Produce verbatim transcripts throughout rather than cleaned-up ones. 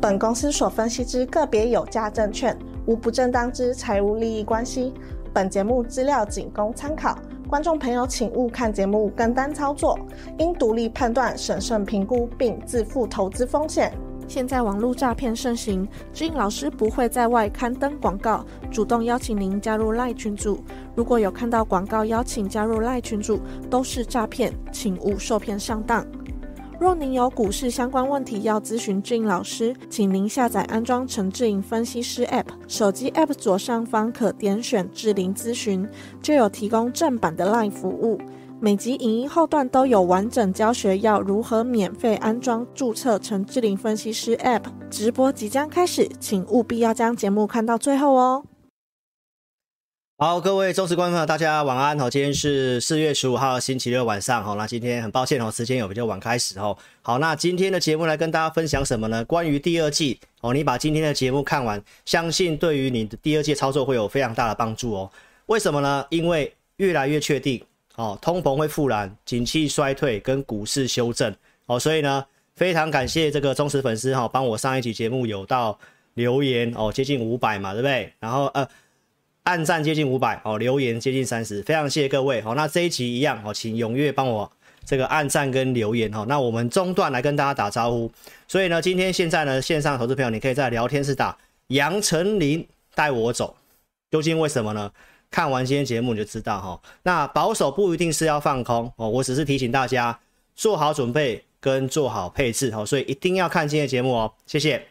本公司所分析之个别有价证券，无不正当之财务利益关系。本节目资料仅供参考，观众朋友请勿看节目跟单操作，应独立判断、审慎评估并自负投资风险。现在网络诈骗盛行，志颖老师不会在外刊登广告，主动邀请您加入 LINE 群组。如果有看到广告邀请加入 LINE 群组，都是诈骗，请勿受骗上当。若您有股市相关问题要咨询志颖老师，请您下载安装陈志颖分析师 App， 手机 App 左上方可点选志玲咨询，就有提供正版的 LINE 服务。每集影音后段都有完整教学，要如何免费安装注册陈志玲分析师 App。 直播即将开始，请务必要将节目看到最后哦。 好，各位忠实观众朋友，大家晚安。今天是四月十五号星期六晚上。那今天很抱歉时间有比较晚开始。好，那今天的节目来跟大家分享什么呢？关于第二季，你把今天的节目看完，相信对于你的第二季操作会有非常大的帮助哦。为什么呢？因为越来越确定通膨会复燃，景气衰退跟股市修正，所以呢非常感谢这个忠实粉丝帮我上一集节目有到留言接近五百嘛，对不对？然后呃按赞接近五百哦，留言接近三十，非常谢谢各位。好，那这一集一样哦，请踊跃帮我这个按赞跟留言哦。那我们中段来跟大家打招呼。所以呢，今天现在呢，线上投资朋友，你可以在聊天室打杨丞琳带我走，究竟为什么呢？看完今天节目你就知道哈。那保守不一定是要放空哦，我只是提醒大家做好准备跟做好配置哦，所以一定要看今天的节目哦，谢谢。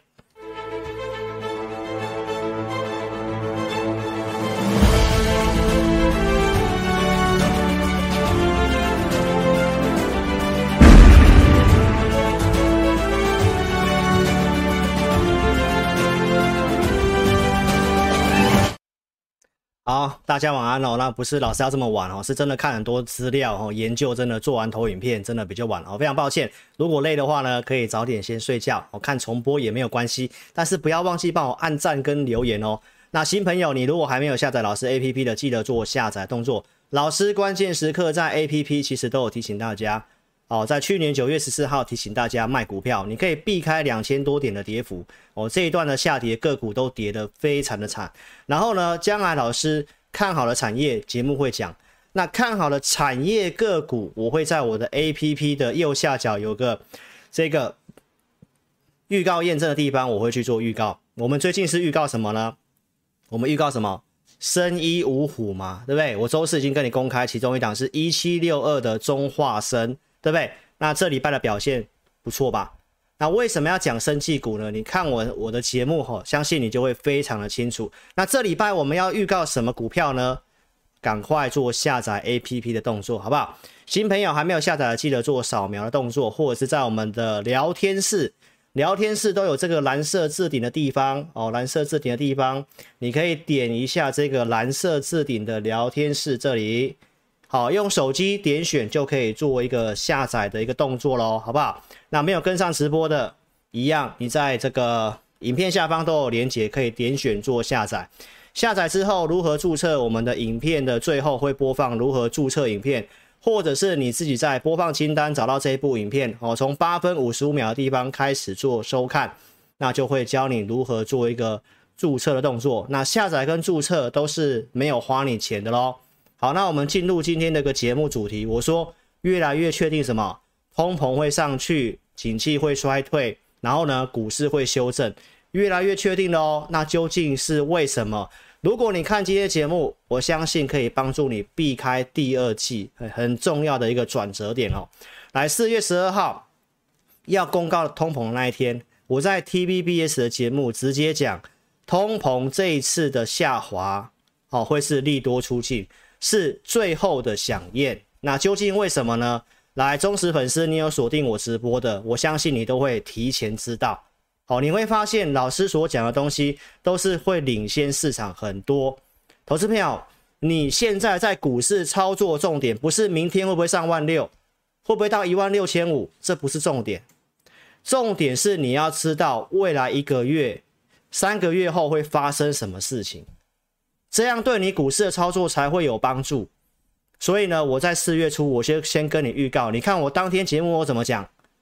好，大家晚安哦。那不是老师要这么晚哦，是真的看很多资料哦，研究真的做完投影片真的比较晚哦，非常抱歉。如果累的话呢，可以早点先睡觉哦，看重播也没有关系，但是不要忘记帮我按赞跟留言哦。那新朋友，你如果还没有下载老师 A P P 的，记得做下载动作。老师关键时刻在 A P P 其实都有提醒大家哦，在去年九月十四号提醒大家卖股票，你可以避开两千多点的跌幅哦。这一段的下跌个股都跌得非常的惨。然后呢，将来老师看好的产业节目会讲，那看好的产业个股，我会在我的 A P P 的右下角有个这个预告验证的地方，我会去做预告。我们最近是预告什么呢？我们预告什么？生医五虎嘛，对不对？我周四已经跟你公开，其中一档是一七六二的中化生，对不对？那这礼拜的表现不错吧？那为什么要讲生技股呢？你看我我的节目吼，相信你就会非常的清楚。那这礼拜我们要预告什么股票呢？赶快做下载 A P P 的动作，好不好？新朋友还没有下载的，记得做扫描的动作，或者是在我们的聊天室，聊天室都有这个蓝色置顶的地方哦，蓝色置顶的地方，你可以点一下这个蓝色置顶的聊天室这里。好，用手机点选就可以做一个下载的一个动作咯，好不好？那没有跟上直播的一样，你在这个影片下方都有连结，可以点选做下载。下载之后如何注册，我们的影片的最后会播放如何注册影片，或者是你自己在播放清单找到这一部影片哦，从八分五十五秒的地方开始做收看，那就会教你如何做一个注册的动作。那下载跟注册都是没有花你钱的咯。好，那我们进入今天的一个节目主题。我说越来越确定什么？通膨会上去，景气会衰退，然后呢，股市会修正，越来越确定了哦。那究竟是为什么？如果你看今天的节目，我相信可以帮助你避开第二季很重要的一个转折点哦。来，四月十二号要公告通膨的那一天，我在 T V B S 的节目直接讲，通膨这一次的下滑哦，会是利多出尽。是最后的响宴，那究竟为什么呢？来，忠实粉丝，你有锁定我直播的，我相信你都会提前知道。好，你会发现老师所讲的东西都是会领先市场很多。投资朋友，你现在在股市操作重点不是明天会不会上万六，会不会到一万六千五，这不是重点。重点是你要知道未来一个月、三个月后会发生什么事情。这样对你股市的操作才会有帮助。所以呢，我在四月初，我先先跟你预告，你看我当天节目我怎么讲？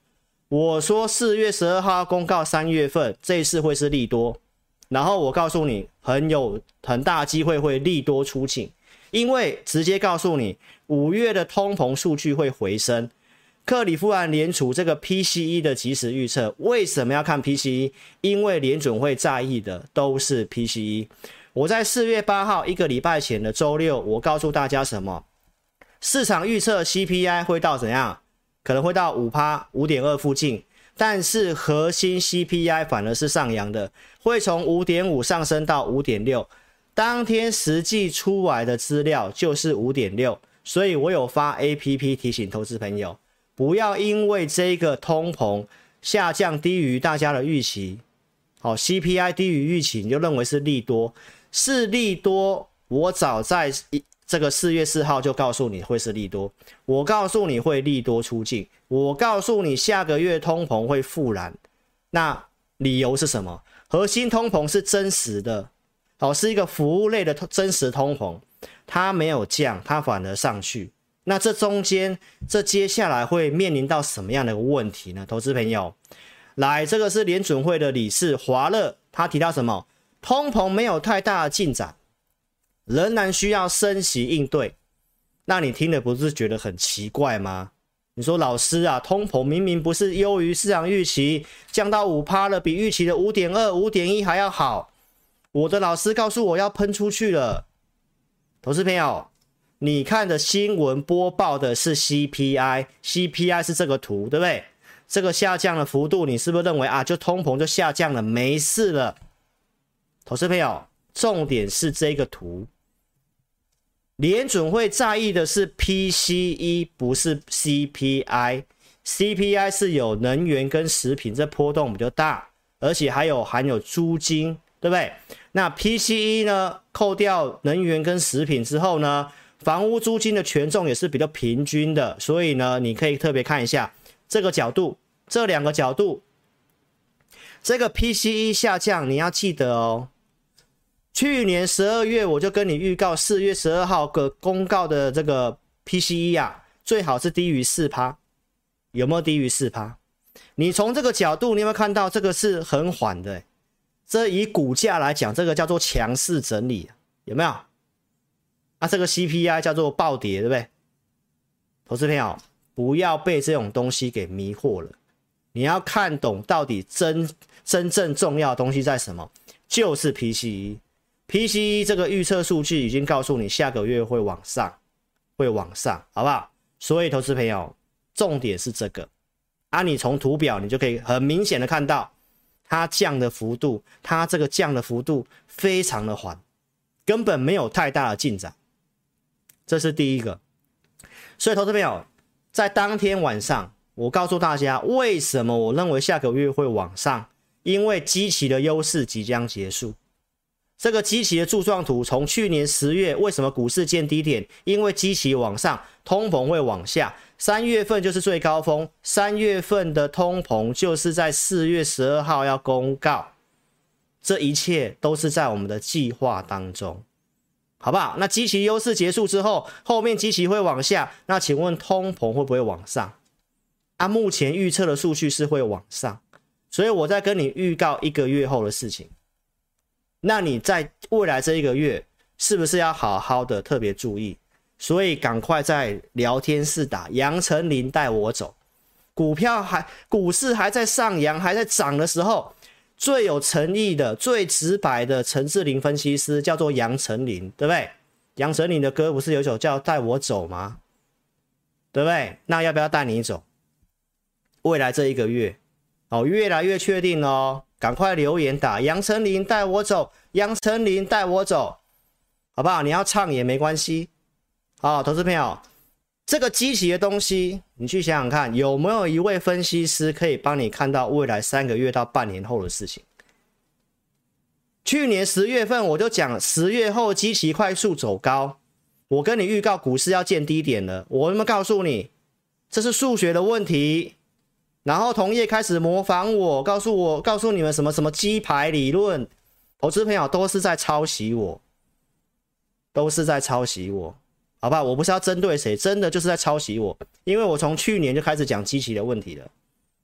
我说四月十二号要公告三月份，这一次会是利多，然后我告诉你很有很大机会会利多出尽，因为直接告诉你五月的通膨数据会回升。克里夫兰联储这个 P C E 的即时预测，为什么要看 P C E？ 因为联准会在意的都是 P C E。我在四月八号一个礼拜前的周六，我告诉大家什么？市场预测 C P I 会到怎样？可能会到 百分之五 五点二 附近，但是核心 C P I 反而是上扬的，会从 五点五 上升到 五点六。当天实际出来的资料就是 五点六， 所以我有发 A P P 提醒投资朋友，不要因为这个通膨下降低于大家的预期，好 C P I 低于预期你就认为是利多，是利多。我早在这个四月四号就告诉你会是利多，我告诉你会利多出尽，我告诉你下个月通膨会复燃。那理由是什么？核心通膨是真实的，好，是一个服务类的真实通膨，它没有降，它反而上去。那这中间，这接下来会面临到什么样的问题呢？投资朋友，来，这个是联准会的理事华勒，他提到什么？通膨没有太大的进展，仍然需要升息应对。那你听了不是觉得很奇怪吗？你说老师啊，通膨明明不是优于市场预期，降到 百分之五 了，比预期的 五点二、五点一 还要好。我的老师告诉我要喷出去了。投资朋友，你看的新闻播报的是 C P I， C P I 是这个图，对不对？这个下降的幅度，你是不是认为啊，就通膨就下降了，没事了？投资朋友，重点是这个图。联准会在意的是 P C E， 不是 C P I。C P I 是有能源跟食品，这波动比较大，而且还有含有租金，对不对？那 P C E 呢，扣掉能源跟食品之后呢，房屋租金的权重也是比较平均的，所以呢，你可以特别看一下这个角度，这两个角度，这个 P C E 下降，你要记得哦。去年十二月我就跟你预告，四月十二号个公告的这个 P C E 啊，最好是低于 百分之四， 有没有低于 百分之四？ 你从这个角度，你有没有看到这个是很缓的？这以股价来讲，这个叫做强势整理，有没有？啊，这个 C P I 叫做暴跌，对不对？投资朋友，不要被这种东西给迷惑了，你要看懂到底真真正重要的东西在什么，就是 P C E。P C E 这个预测数据已经告诉你下个月会往上，会往上，好不好？所以投资朋友，重点是这个啊，你从图表你就可以很明显的看到它降的幅度，它这个降的幅度非常的缓，根本没有太大的进展，这是第一个。所以投资朋友，在当天晚上我告诉大家为什么我认为下个月会往上，因为基期的优势即将结束。这个基期的柱状图从去年十月为什么股市见低点？因为基期往上，通膨会往下，三月份就是最高峰，三月份的通膨就是在四月十二号要公告，这一切都是在我们的计划当中，好不好？那基期优势结束之后，后面基期会往下，那请问通膨会不会往上？啊，目前预测的数据是会往上，所以我在跟你预告一个月后的事情。那你在未来这一个月是不是要好好的特别注意？所以赶快在聊天室打杨丞琳带我走，股票还股市还在上扬还在涨的时候，最有诚意的最直白的陈志霖分析师叫做杨丞琳，对不对？杨丞琳的歌不是有一首叫带我走吗？对不对？那要不要带你走？未来这一个月哦，越来越确定哦，赶快留言打杨丞琳带我走，杨丞琳带我走，好不好？你要唱也没关系。好，投资朋友，这个基期的东西，你去想想看，有没有一位分析师可以帮你看到未来三个月到半年后的事情？去年十月份我就讲，十月后基期快速走高，我跟你预告股市要见低点了，我有没有告诉你，这是数学的问题？然后同业开始模仿我，告诉我，告诉你们什么什么鸡排理论，投资朋友都是在抄袭我，都是在抄袭我，好不好？我不是要针对谁，真的就是在抄袭我，因为我从去年就开始讲基期的问题了。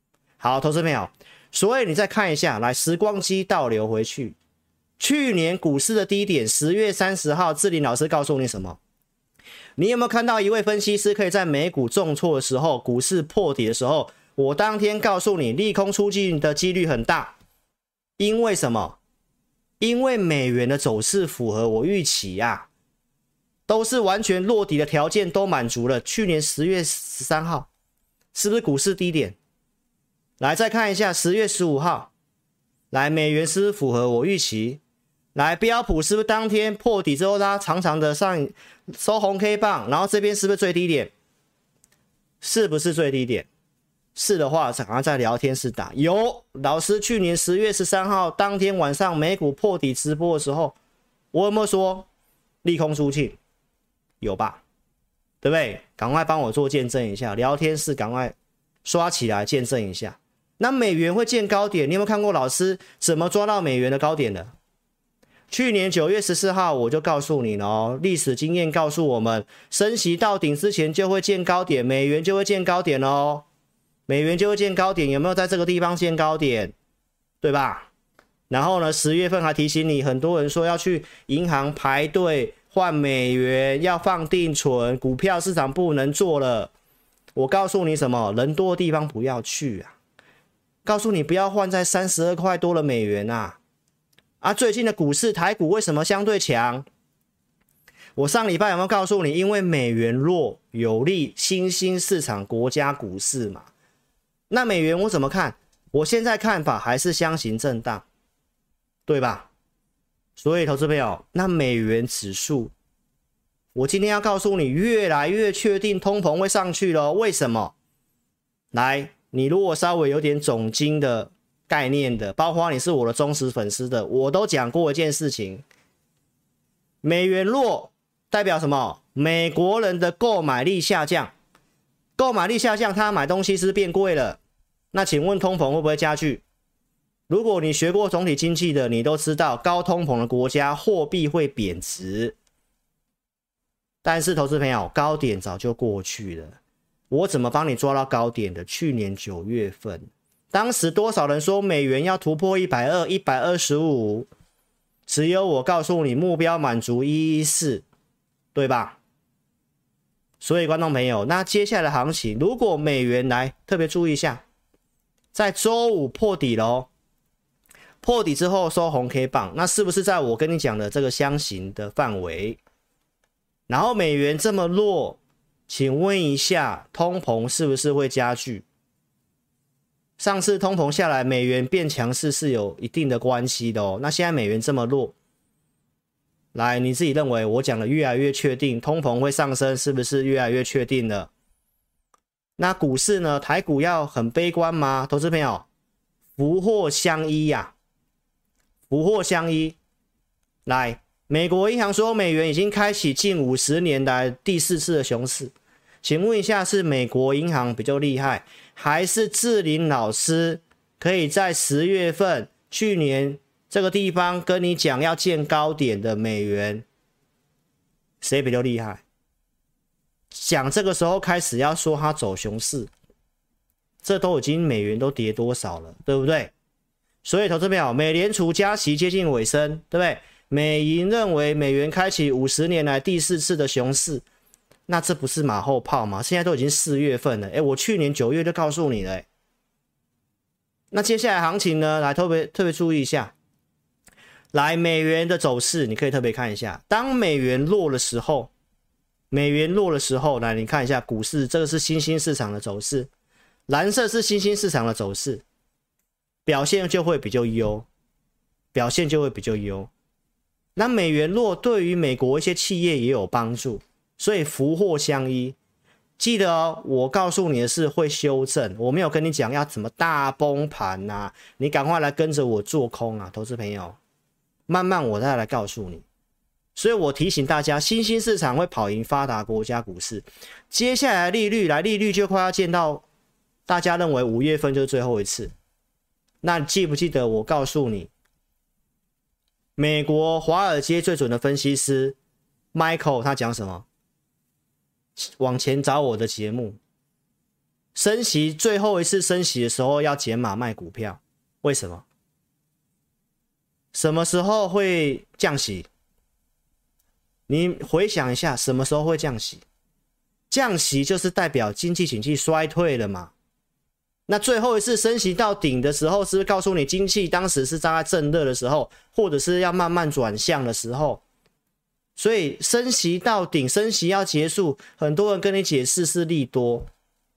好，投资朋友，所以你再看一下，来时光机倒流回去，去年股市的低点，十月三十号，志霖老师告诉你什么？你有没有看到一位分析师可以在美股重挫的时候，股市破底的时候，我当天告诉你利空出尽的几率很大，因为什么？因为美元的走势符合我预期啊，都是完全落底的条件都满足了。去年十月十三号是不是股市低点？来再看一下十月十五号，来美元是不是符合我预期？来标普是不是当天破底之后它长长的上收红 K 棒，然后这边是不是最低点？是不是最低点？是的话，赶快在聊天室打。有老师去年十月十三号当天晚上美股破底直播的时候，我有没有说利空出尽？有吧？对不对？赶快帮我做见证一下，聊天室赶快刷起来见证一下。那美元会见高点，你有没有看过老师怎么抓到美元的高点的？去年九月十四号我就告诉你了哦，历史经验告诉我们，升息到顶之前就会见高点，美元就会见高点哦，美元就会见高点，有没有在这个地方见高点？对吧？然后呢，十月份还提醒你，很多人说要去银行排队换美元，要放定存，股票市场不能做了。我告诉你什么？人多的地方不要去啊！告诉你不要换在三十二块多的美元啊！啊，最近的股市台股为什么相对强？我上礼拜有没有告诉你？因为美元弱有利新兴市场国家股市嘛。那美元我怎么看？我现在看法还是箱型震荡，对吧？所以投资朋友，那美元指数，我今天要告诉你，越来越确定通膨会上去了。为什么？来，你如果稍微有点总经的概念的，包括你是我的忠实粉丝的，我都讲过一件事情，美元弱代表什么？美国人的购买力下降，购买力下降，他买东西是变贵了。那请问通膨会不会加剧？如果你学过总体经济的，你都知道高通膨的国家货币会贬值。但是投资朋友，高点早就过去了，我怎么帮你抓到高点的？去年九月份，当时多少人说美元要突破一百二十、一百二十五，只有我告诉你目标满足一一四，对吧？所以观众朋友，那接下来的行情，如果美元来特别注意一下，在周五破底咯，破底之后收红 K 棒，那是不是在我跟你讲的这个箱型的范围？然后美元这么弱，请问一下，通膨是不是会加剧？上次通膨下来，美元变强势是有一定的关系的哦。那现在美元这么弱，来，你自己认为我讲的越来越确定，通膨会上升，是不是越来越确定了？那股市呢？台股要很悲观吗？投资朋友，福祸相依呀、啊，福祸相依。来，美国银行说美元已经开启近五十年来第四次的熊市，请问一下，是美国银行比较厉害，还是志霖老师可以在十月份去年这个地方跟你讲要见高点的美元，谁比较厉害？讲这个时候开始要说它走熊市，这都已经美元都跌多少了，对不对？所以投资朋友，美联储加息接近尾声，对不对？美银认为美元开启五十年来第四次的熊市，那这不是马后炮吗？现在都已经四月份了，诶，我去年九月就告诉你了，诶，那接下来行情呢？来特别特别注意一下，来美元的走势，你可以特别看一下，当美元弱的时候。美元弱的时候，来你看一下股市，这个是新兴市场的走势，蓝色是新兴市场的走势，表现就会比较优，表现就会比较优。那美元弱对于美国一些企业也有帮助，所以福祸相依。记得哦，我告诉你的是会修正，我没有跟你讲要怎么大崩盘啊，你赶快来跟着我做空啊，投资朋友，慢慢我再来告诉你。所以我提醒大家，新兴市场会跑赢发达国家股市。接下来利率来，利率就快要见到，大家认为五月份就是最后一次。那你记不记得我告诉你，美国华尔街最准的分析师 Michael 他讲什么？往前找我的节目， 升息最后一次升息的时候要减码卖股票，为什么？什么时候会降息？你回想一下，什么时候会降息？降息就是代表经济景气衰退了嘛。那最后一次升息到顶的时候，是不是告诉你经济当时是在正热的时候，或者是要慢慢转向的时候？所以升息到顶，升息要结束，很多人跟你解释是利多。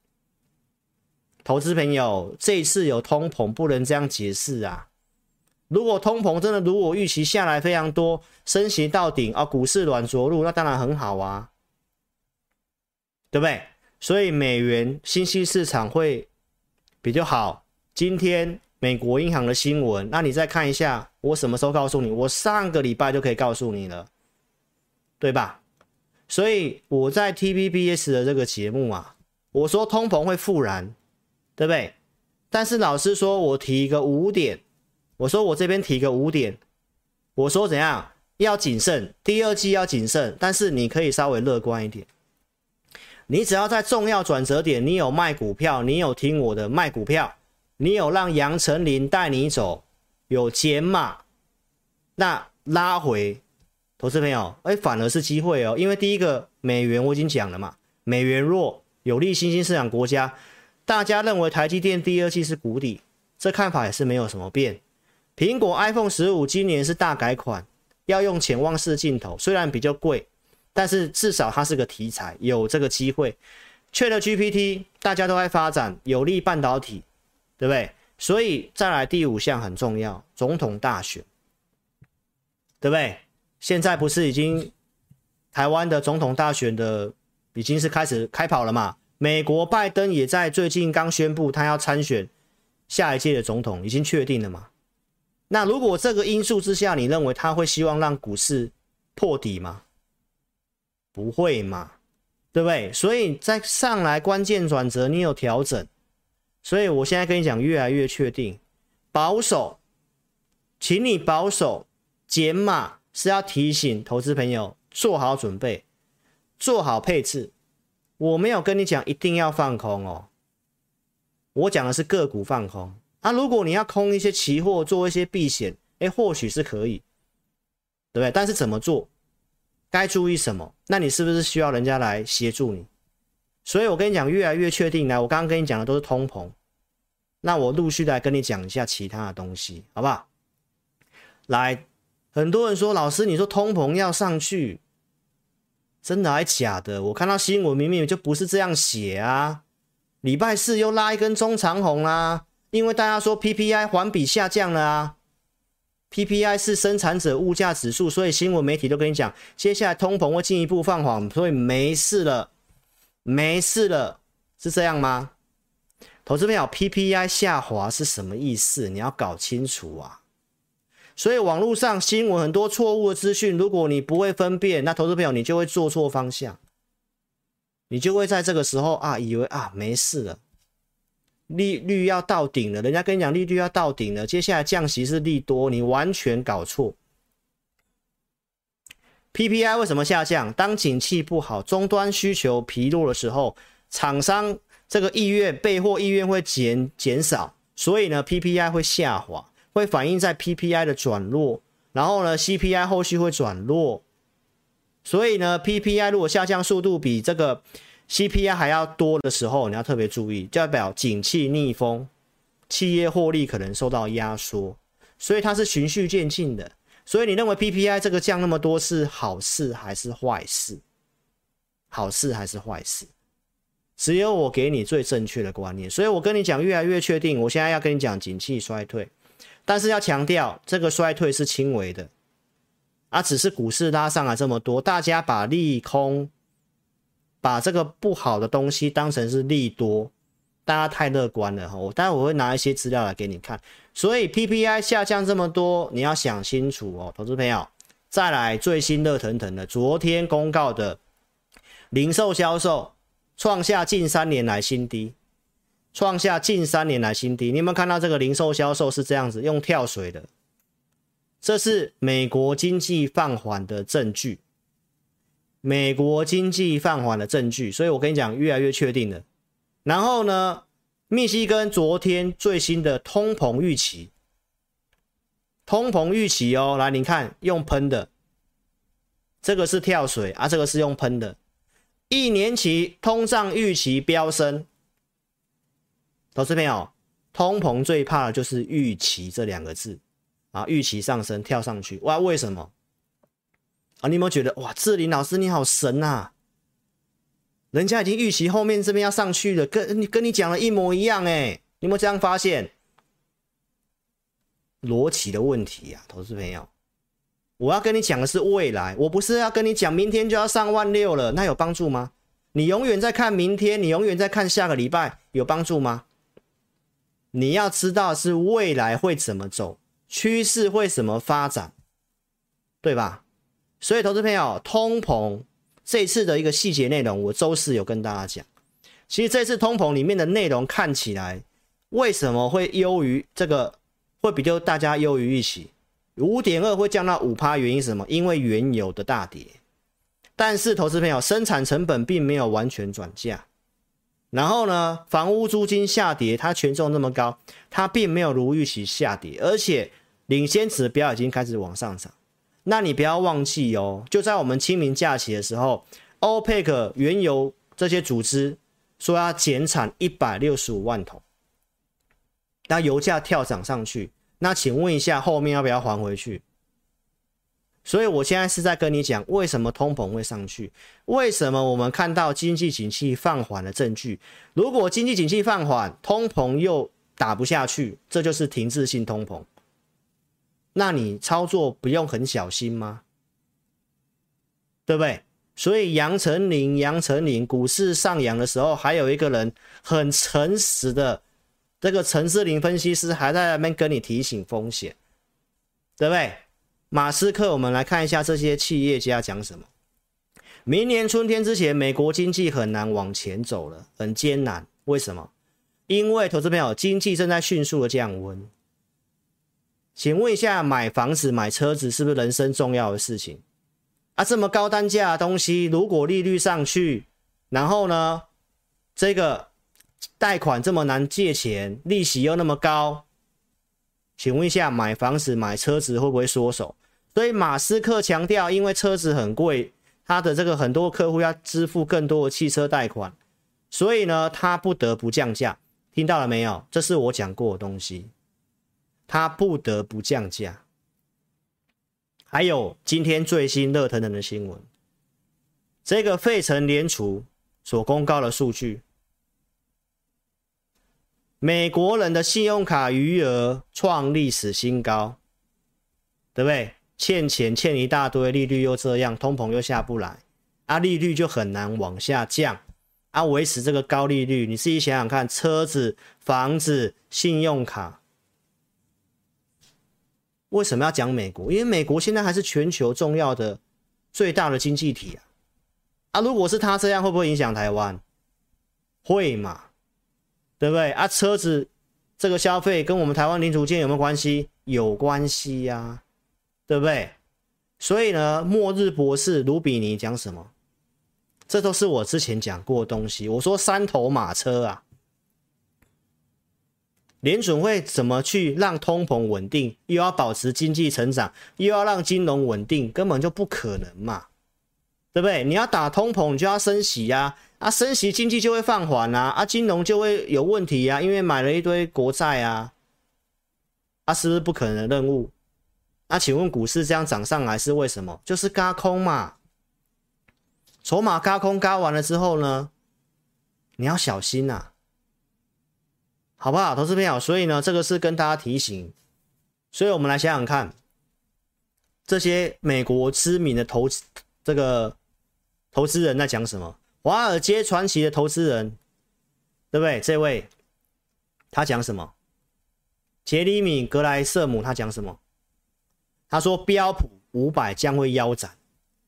投资朋友，这一次有通膨，不能这样解释啊！如果通膨真的如我预期下来非常多，升息到顶啊，股市软着陆，那当然很好啊，对不对？所以美元新兴市场会比较好。今天美国银行的新闻，那你再看一下，我什么时候告诉你？我上个礼拜就可以告诉你了，对吧？所以我在 T V B S 的这个节目啊，我说通膨会复燃，对不对？但是老师说我提一个五点，我说我这边提个五点，我说怎样要谨慎，第二季要谨慎，但是你可以稍微乐观一点。你只要在重要转折点，你有卖股票，你有听我的卖股票，你有让杨丞琳带你走，有减码，那拉回，投资朋友，哎，反而是机会哦。因为第一个美元我已经讲了嘛，美元弱有利新兴市场国家，大家认为台积电第二季是谷底，这看法也是没有什么变。苹果 iPhone 十五今年是大改款，要用潜望式镜头，虽然比较贵，但是至少它是个题材，有这个机会。ChatGPT 大家都在发展，有利半导体，对不对？所以再来第五项很重要，总统大选，对不对？现在不是已经台湾的总统大选的已经是开始开跑了嘛？美国拜登也在最近刚宣布他要参选下一届的总统，已经确定了嘛？那如果这个因素之下，你认为他会希望让股市破底吗？不会嘛，对不对？所以在上来关键转折，你有调整，所以我现在跟你讲，越来越确定，保守，请你保守，减码是要提醒投资朋友做好准备，做好配置。我没有跟你讲一定要放空哦，我讲的是个股放空啊。如果你要空一些期货，做一些避险，哎，或许是可以，对不对？但是怎么做？该注意什么？那你是不是需要人家来协助你？所以我跟你讲，越来越确定来，我刚刚跟你讲的都是通膨，那我陆续来跟你讲一下其他的东西，好不好？来，很多人说老师，你说通膨要上去，真的还假的？我看到新闻明明就不是这样写啊！礼拜四又拉一根中长红啦，因为大家说 P P I 环比下降了啊。P P I 是生产者物价指数，所以新闻媒体都跟你讲，接下来通膨会进一步放缓，所以没事了，没事了，是这样吗？投资朋友 ，P P I 下滑是什么意思？你要搞清楚啊！所以网络上新闻很多错误的资讯，如果你不会分辨，那投资朋友你就会做错方向，你就会在这个时候啊，以为啊没事了。利率要到顶了，人家跟你讲利率要到顶了，接下来降息是利多，你完全搞错。P P I 为什么下降？当景气不好，终端需求疲弱的时候，厂商这个意愿备货意愿会减减少，所以呢 P P I 会下滑，会反映在 P P I 的转弱，然后呢 C P I 后续会转弱，所以呢 P P I 如果下降速度比这个C P I 还要多的时候，你要特别注意，就代表景气逆风，企业获利可能受到压缩，所以它是循序渐进的。所以你认为 P P I 这个降那么多是好事还是坏事？好事还是坏事？只有我给你最正确的观念。所以我跟你讲，越来越确定。我现在要跟你讲景气衰退，但是要强调这个衰退是轻微的，啊，只是股市拉上来这么多，大家把利空。把这个不好的东西当成是利多，大家太乐观了哈。我待会我会拿一些资料来给你看。所以 P P I 下降这么多，你要想清楚哦，投资朋友。再来最新热腾腾的，昨天公告的零售销售创下近三年来新低，创下近三年来新低。你有没有看到这个零售销售是这样子用跳水的？这是美国经济放缓的证据。美国经济放缓的证据，所以我跟你讲，越来越确定了。 然后呢，密西根昨天最新的通膨预期，通膨预期哦，来你看用喷的，这个是跳水啊，这个是用喷的，一年期通胀预期飙升。投资朋友，通膨最怕的就是预期这两个字啊，预期上升跳上去，哇，为什么？啊，你有没有觉得哇，志霖老师你好神啊？人家已经预期后面这边要上去了，跟你跟你讲的一模一样哎，你有没有这样发现？逻辑的问题啊，投资朋友，我要跟你讲的是未来，我不是要跟你讲明天就要上万六了，那有帮助吗？你永远在看明天，你永远在看下个礼拜，有帮助吗？你要知道是未来会怎么走，趋势会怎么发展，对吧？所以投资朋友，通膨这次的一个细节内容，我周四有跟大家讲。其实这次通膨里面的内容看起来，为什么会优于这个，会比较大家优于预期 五点二 会降到 百分之五， 原因是什么？因为原油的大跌。但是投资朋友，生产成本并没有完全转嫁。然后呢，房屋租金下跌，它权重那么高，它并没有如预期下跌，而且领先指标已经开始往上涨。那你不要忘记哦，就在我们清明假期的时候 ，O P E C 原油这些组织说要减产一百六十五万桶，那油价跳涨上去，那请问一下，后面要不要还回去？所以我现在是在跟你讲，为什么通膨会上去？为什么我们看到经济景气放缓的证据？如果经济景气放缓，通膨又打不下去，这就是停滞性通膨。那你操作不用很小心吗？对不对？所以杨丞琳，杨丞琳股市上扬的时候，还有一个人很诚实的，这个陈思林分析师还在那边跟你提醒风险，对不对？马斯克，我们来看一下这些企业家讲什么。明年春天之前，美国经济很难往前走了，很艰难。为什么？因为投资朋友，经济正在迅速的降温。请问一下，买房子、买车子是不是人生重要的事情啊？这么高单价的东西，如果利率上去，然后呢，这个贷款这么难借钱，利息又那么高，请问一下，买房子、买车子会不会缩手？所以马斯克强调，因为车子很贵，他的这个很多客户要支付更多的汽车贷款，所以呢，他不得不降价。听到了没有？这是我讲过的东西。他不得不降价。还有今天最新热腾腾的新闻，这个费城联储所公告的数据，美国人的信用卡余额创历史新高，对不对？欠钱欠一大堆，利率又这样，通膨又下不来，啊，利率就很难往下降，啊，维持这个高利率，你自己想想看，车子、房子、信用卡。为什么要讲美国？因为美国现在还是全球重要的最大的经济体啊！啊，如果是他这样，会不会影响台湾？会嘛，对不对？啊，车子这个消费跟我们台湾零组件有没有关系？有关系呀、啊，对不对？所以呢，末日博士卢比尼讲什么？这都是我之前讲过的东西。我说三头马车啊。联准会怎么去让通膨稳定，又要保持经济成长，又要让金融稳定，根本就不可能嘛，对不对？你要打通膨，你就要升息呀、啊，啊，升息经济就会放缓啊，啊，金融就会有问题啊，因为买了一堆国债啊，啊，是不是不可能的任务？那、啊、请问股市这样涨上来是为什么？就是軋空嘛，筹码軋空軋完了之后呢，你要小心啊。好不好，投资朋友？所以呢，这个是跟大家提醒。所以我们来想想看，这些美国知名的投资这个投资人在讲什么？华尔街传奇的投资人，对不对？这位他讲什么？杰里米·格莱瑟姆他讲什么？他说标普五百将会腰斩。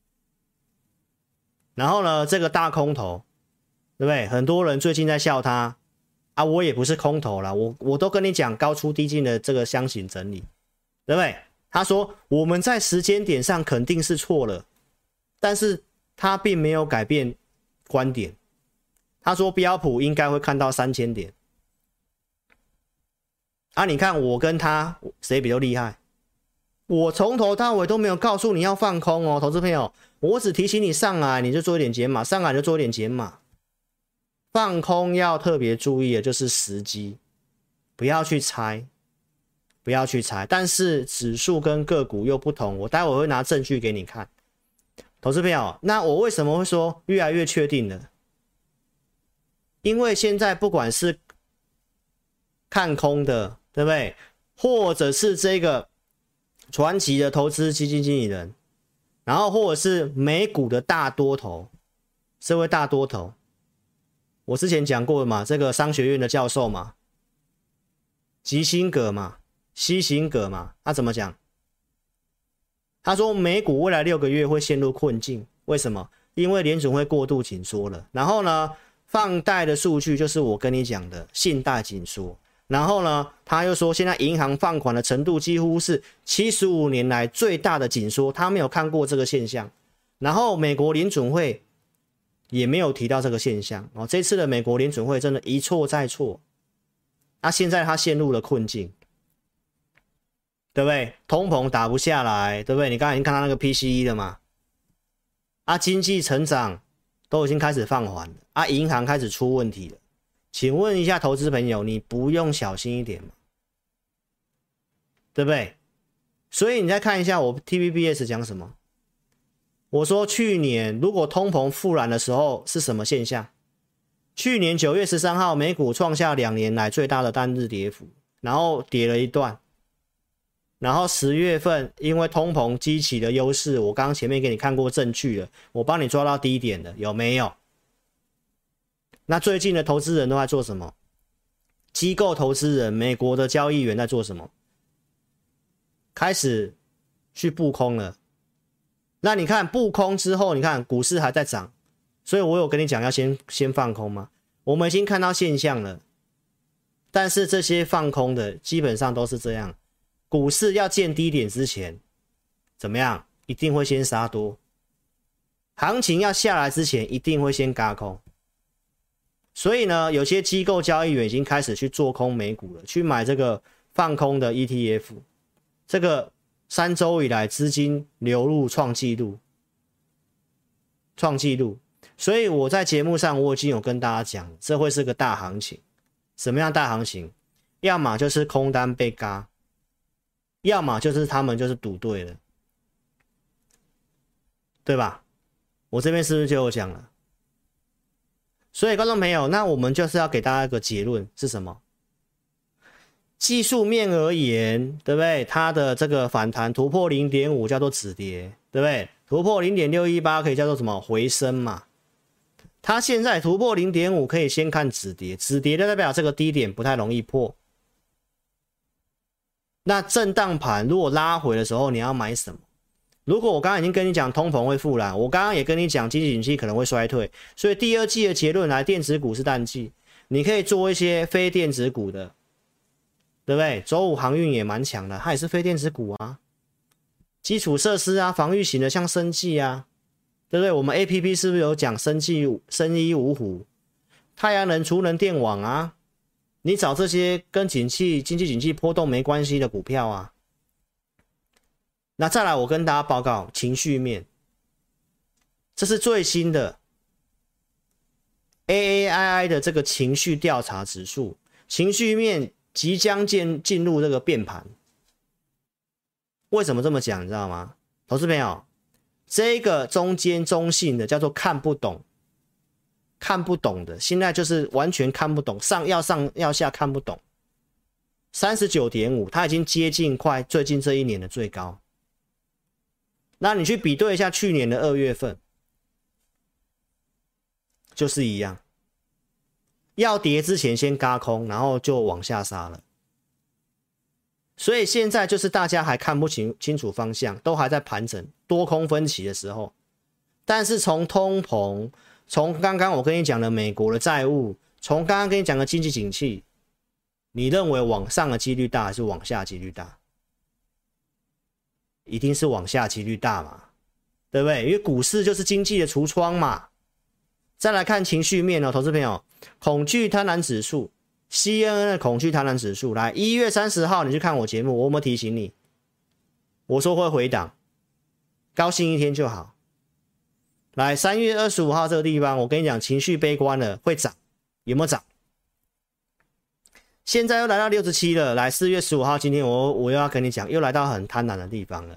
然后呢，这个大空头，对不对？很多人最近在笑他。啊，我也不是空头啦，我我都跟你讲高出低进的这个箱型整理，对不对？他说我们在时间点上肯定是错了，但是他并没有改变观点。 他说标普应该会看到三千点。啊，你看我跟他谁比较厉害？我从头到尾都没有告诉你要放空哦，投资朋友，我只提醒你上来你就做一点减码，上来就做一点减码。放空要特别注意的就是时机，不要去猜，不要去猜。但是指数跟个股又不同，我待会会拿证据给你看。投资朋友，那我为什么会说越来越确定了？因为现在不管是看空的，对不对？或者是这个传奇的投资基金经理人，然后或者是美股的大多头，社会大多头，我之前讲过了嘛，这个商学院的教授嘛，基辛格嘛，西辛格嘛，他怎么讲？他说美股未来六个月会陷入困境，为什么？因为联准会过度紧缩了，然后呢，放贷的数据就是我跟你讲的信贷紧缩。然后呢，他又说现在银行放款的程度几乎是七十五年来最大的紧缩，他没有看过这个现象。然后美国联准会也没有提到这个现象哦。这次的美国联准会真的一错再错，啊，现在他陷入了困境，对不对？通膨打不下来，对不对？你刚才已经看到那个 P C E 了嘛？啊，经济成长都已经开始放缓了，啊，银行开始出问题了。请问一下投资朋友，你不用小心一点吗？对不对？所以你再看一下我 T V B S 讲什么？我说去年如果通膨复燃的时候是什么现象？去年九月十三号美股创下两年来最大的单日跌幅，然后跌了一段，然后十月份因为通膨激起的优势，我刚刚前面给你看过证据了，我帮你抓到低点了，有没有？那最近的投资人都在做什么？机构投资人，美国的交易员在做什么？开始去布空了。那你看布空之后，你看股市还在涨，所以我有跟你讲要先先放空吗？我们已经看到现象了，但是这些放空的基本上都是这样，股市要见低点之前，怎么样？一定会先杀多，行情要下来之前，一定会先軋空。所以呢，有些机构交易员已经开始去做空美股了，去买这个放空的 E T F， 这个三周以来资金流入创纪录，创纪录。所以我在节目上我已经有跟大家讲，这会是个大行情。什么样大行情？要么就是空单被軋，要么就是他们就是赌对了，对吧？我这边是不是就有讲了？所以观众朋友，那我们就是要给大家一个结论是什么？技术面而言，对不对？它的这个反弹突破 零点五 叫做止跌，对不对？突破 零点六一八 可以叫做什么？回升嘛。它现在突破 零点五 可以先看止跌，止跌就代表这个低点不太容易破。那震荡盘如果拉回的时候，你要买什么？如果我刚刚已经跟你讲通膨会复燃，我刚刚也跟你讲经济景气可能会衰退，所以第二季的结论来，电子股是淡季，你可以做一些非电子股的，对不对？周五航运也蛮强的，它也是非电子股啊，基础设施啊，防御型的像生技啊，对不对？我们 A P P 是不是有讲生技、生医五虎、太阳能、储能电网啊？你找这些跟景气、经济景气波动没关系的股票啊。那再来，我跟大家报告情绪面，这是最新的 A A I I 的这个情绪调查指数，情绪面即将进进入这个变盘。为什么这么讲？你知道吗？投资朋友，这个中间中性的叫做看不懂，看不懂的，现在就是完全看不懂，上要上要下看不懂。三十九点五， 它已经接近快最近这一年的最高。那你去比对一下去年的二月份，就是一样，要跌之前先軋空，然后就往下杀了。所以现在就是大家还看不清清楚方向，都还在盘整多空分歧的时候。但是从通膨，从刚刚我跟你讲的美国的债务，从刚刚跟你讲的经济景气，你认为往上的几率大还是往下几率大？一定是往下几率大嘛，对不对？因为股市就是经济的橱窗嘛， 再来看情绪面哦，投资朋友，恐惧贪婪指数 C N N 的恐惧贪婪指数，来一月三十号你去看我节目，我有没有提醒你？我说会回档，高兴一天就好。来三月二十五号这个地方，我跟你讲，情绪悲观了，会涨，有没有涨？现在又来到六十七了，来四月十五号，今天我我又要跟你讲，又来到很贪婪的地方了，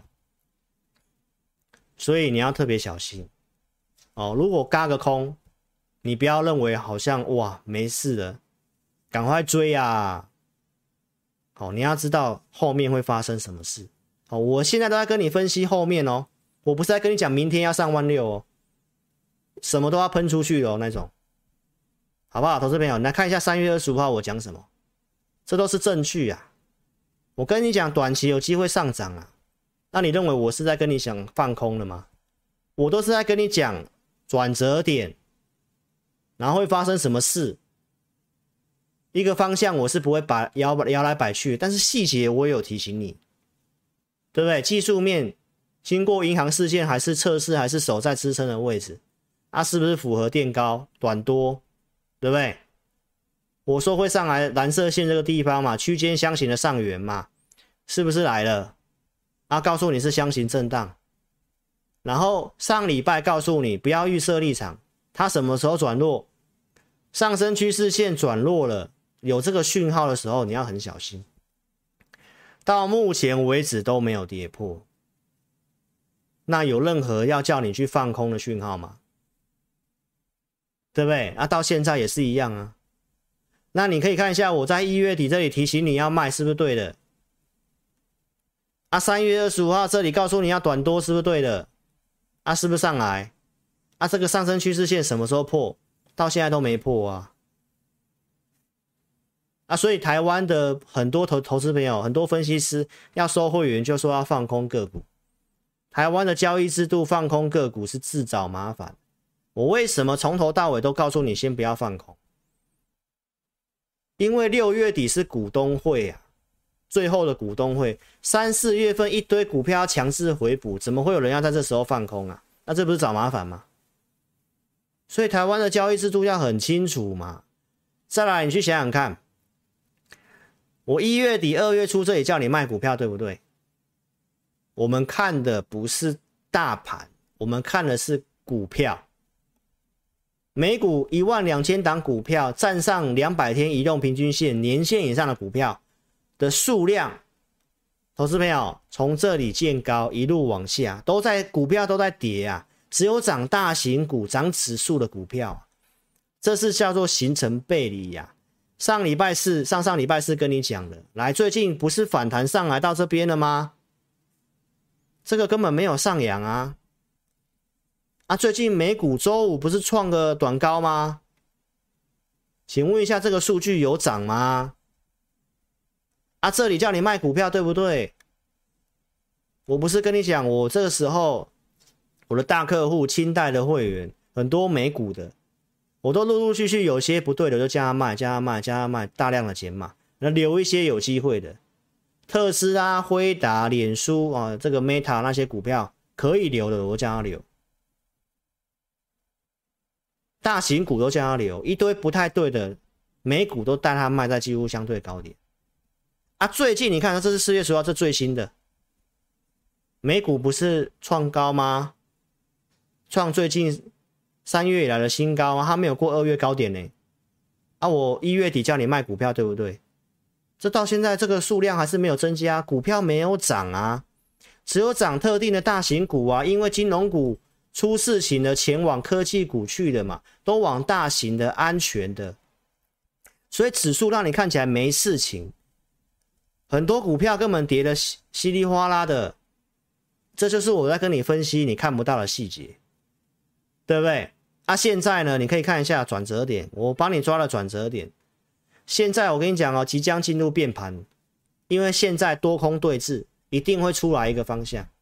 所以你要特别小心哦。如果嘎个空，你不要认为好像哇没事了，赶快追啊！好、哦，你要知道后面会发生什么事。好、哦，我现在都在跟你分析后面哦，我不是在跟你讲明天要上万六哦，什么都要喷出去哦那种，好不好？投资朋友，你来看一下三月二十五号我讲什么。这都是证据啊！我跟你讲，短期有机会上涨啊，那你认为我是在跟你讲放空了吗？我都是在跟你讲转折点，然后会发生什么事，一个方向我是不会把摇摇来摆去，但是细节我也有提醒你，对不对？技术面经过银行事件还是测试，还是守在支撑的位置，啊，是不是符合垫高短多，对不对？我说会上来蓝色线这个地方嘛，区间箱型的上缘嘛，是不是来了？啊，告诉你是箱型震荡，然后上礼拜告诉你不要预设立场，它什么时候转弱，上升趋势线转弱了，有这个讯号的时候，你要很小心。到目前为止都没有跌破，那有任何要叫你去放空的讯号吗？对不对？啊，到现在也是一样啊。那你可以看一下我在一月底这里提醒你要卖，是不是对的？啊，三月二十五号这里告诉你要短多，是不是对的？啊，是不是上来？啊，这个上升趋势线什么时候破？到现在都没破啊！啊，所以台湾的很多投投资朋友，很多分析师要收会员就说要放空个股。台湾的交易制度放空个股是自找麻烦。我为什么从头到尾都告诉你先不要放空？因为六月底是股东会啊，最后的股东会，三四月份一堆股票要强制回补，怎么会有人要在这时候放空啊？那这不是找麻烦吗？所以台湾的交易制度要很清楚嘛。再来，你去想想看，我一月底、二月初这里叫你卖股票，对不对？我们看的不是大盘，我们看的是股票。美股一万两千档股票，站上两百天移动平均线、年线以上的股票的数量，投资朋友从这里见高一路往下，都在股票都在跌啊，只有涨大型股、涨指数的股票，这是叫做形成背离呀、啊。上礼拜四、上上礼拜四跟你讲的，来，最近不是反弹上来到这边了吗？这个根本没有上扬啊。啊，最近美股周五不是创个短高吗？请问一下，这个数据有涨吗？啊，这里叫你卖股票，对不对？我不是跟你讲，我这个时候我的大客户、清代的会员很多美股的，我都陆陆续续有些不对的就叫他卖，叫他卖，叫他卖，大量的减码，那留一些有机会的，特斯拉、辉达、脸书啊，这个 Meta 那些股票可以留的，我叫他留。大型股都叫他留，一堆不太对的美股都带他卖在几乎相对高点啊。最近你看，这是四月十号，这最新的美股不是创高吗？创最近三月以来的新高啊，它没有过二月高点呢。啊，我一月底叫你卖股票，对不对？这到现在这个数量还是没有增加，股票没有涨啊，只有涨特定的大型股啊，因为金融股出事情的前往科技股去的嘛，都往大型的安全的，所以指数让你看起来没事情，很多股票根本跌得稀里哗啦的，这就是我在跟你分析你看不到的细节，对不对？啊，现在呢，你可以看一下转折点，我帮你抓了转折点。现在我跟你讲哦，即将进入变盘，因为现在多空对峙，一定会出来一个方向。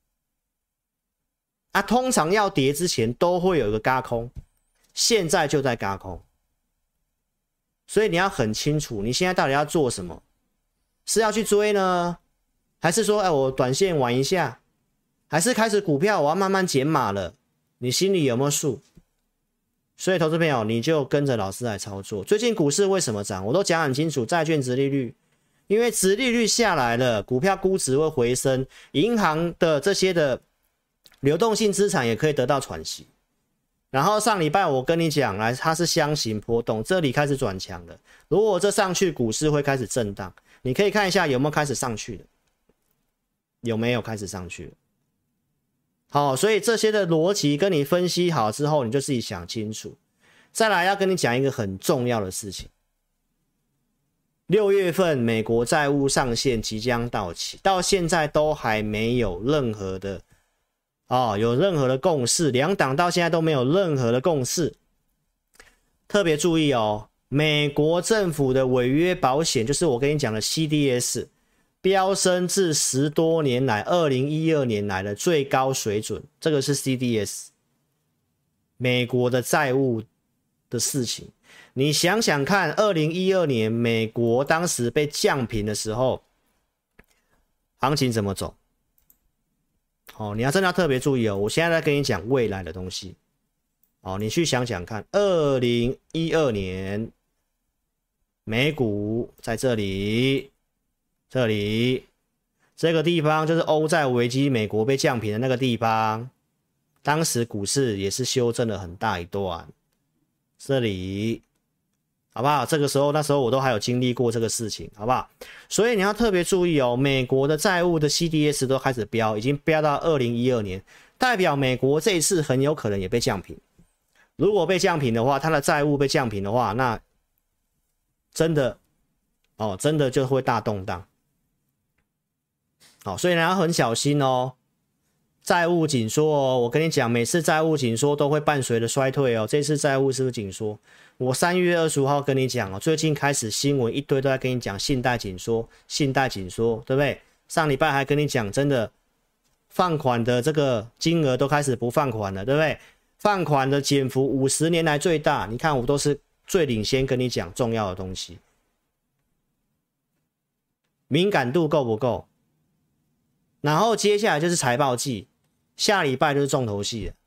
啊，通常要跌之前都会有一个軋空，现在就在軋空，所以你要很清楚，你现在到底要做什么？是要去追呢，还是说，哎，我短线玩一下，还是开始股票我要慢慢减码了？你心里有没有数？ 所以投资朋友，你就跟着老师来操作。最近股市为什么涨？我都讲很清楚，债券殖利率，因为殖利率下来了，股票估值会回升，银行的这些的流动性资产也可以得到喘息。然后上礼拜我跟你讲，来它是箱型波动，这里开始转强了。如果这上去，股市会开始震荡，你可以看一下有没有开始上去的，有没有开始上去了？好，所以这些的逻辑跟你分析好之后，你就自己想清楚。再来要跟你讲一个很重要的事情，六月份美国债务上限即将到期，到现在都还没有任何的哦，有任何的共识，两党到现在都没有任何的共识。特别注意哦，美国政府的违约保险，就是我跟你讲的 C D S。飙升至十多年来二零一二年来的最高水准，这个是 C D S 美国的债务的事情。你想想看，二零一二年美国当时被降评的时候，行情怎么走？哦，你要真的要特别注意哦。我现在在跟你讲未来的东西。哦，你去想想看，二零一二年美股在这里。这里这个地方就是欧债危机，美国被降评的那个地方，当时股市也是修正了很大一段。这里好不好？这个时候那时候我都还有经历过这个事情，好不好？所以你要特别注意哦，美国的债务的 C D S 都开始飙，已经飙到二零一二年，代表美国这一次很有可能也被降评。如果被降评的话，它的债务被降评的话，那真的哦，真的就会大动荡。好，所以呢要很小心哦，债务紧缩哦。我跟你讲，每次债务紧缩都会伴随着衰退哦。这次债务是不是紧缩？我三月二十五号跟你讲哦，最近开始新闻一堆都在跟你讲信贷紧缩，信贷紧缩，对不对？上礼拜还跟你讲，真的放款的这个金额都开始不放款了，对不对？放款的减幅五十年来最大，你看我都是最领先跟你讲重要的东西，敏感度够不够？然后接下来就是财报季，下礼拜就是重头戏了。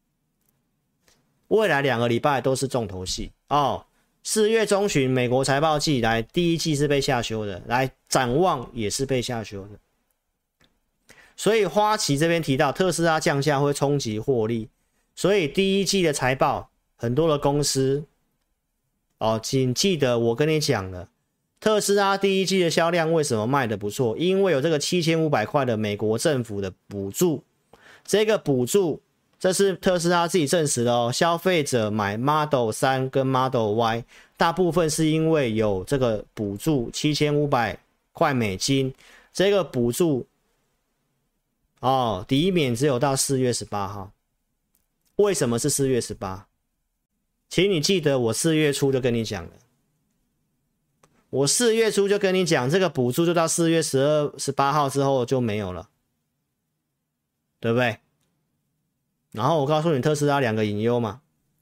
未来两个礼拜都是重头戏哦。四月中旬美国财报季来，第一季是被下修的，来展望也是被下修的。所以花旗这边提到特斯拉降价会冲击获利，所以第一季的财报很多的公司哦，请记得我跟你讲了。特斯拉第一季的销量为什么卖得不错？因为有这个七千五百块的美国政府的补助，这个补助这是特斯拉自己证实的哦。消费者买 Model 三跟 Model Y， 大部分是因为有这个补助七千五百块美金，这个补助哦，抵免只有到四月十八号。为什么是四月十八？请你记得我四月初就跟你讲了。我四月初就跟你讲，这个补助就到四月十二、十八号之后就没有了，对不对？然后我告诉你特斯拉两个隐忧嘛，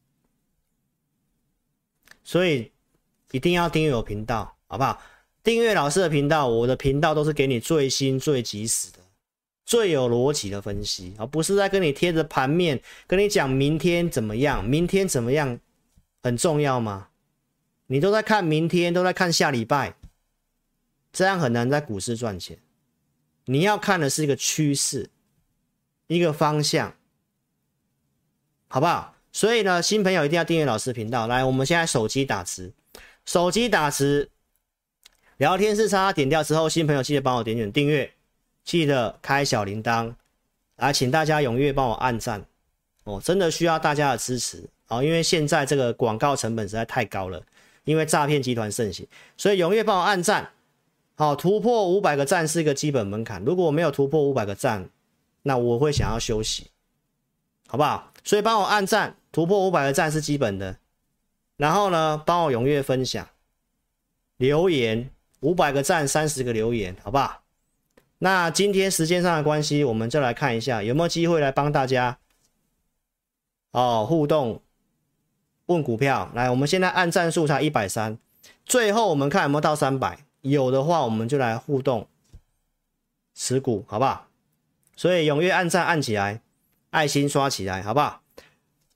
所以一定要订阅我频道，好不好？订阅老师的频道，我的频道都是给你最新、最及时的、最有逻辑的分析，而不是在跟你贴着盘面，跟你讲明天怎么样，明天怎么样，很重要吗？你都在看明天，都在看下礼拜，这样很难在股市赚钱。你要看的是一个趋势，一个方向，好不好？所以呢，新朋友一定要订阅老师频道。来，我们现在手机打字，手机打字，聊天室叉叉点掉之后，新朋友记得帮我点点订阅，记得开小铃铛。来，请大家踊跃帮我按赞哦，真的需要大家的支持哦，因为现在这个广告成本实在太高了。因为诈骗集团盛行，所以踊跃帮我按赞。好，突破五百个赞是一个基本门槛。如果我没有突破五百个赞，那我会想要休息，好不好？所以帮我按赞，突破五百个赞是基本的。然后呢，帮我踊跃分享、留言，五百个赞，三十个留言，好不好？那今天时间上的关系，我们就来看一下有没有机会来帮大家哦互动。问股票，来，我们现在按赞数才一百三十，最后我们看有没有到三百，有的话我们就来互动持股，好不好？所以踊跃按赞按起来，爱心刷起来，好不好？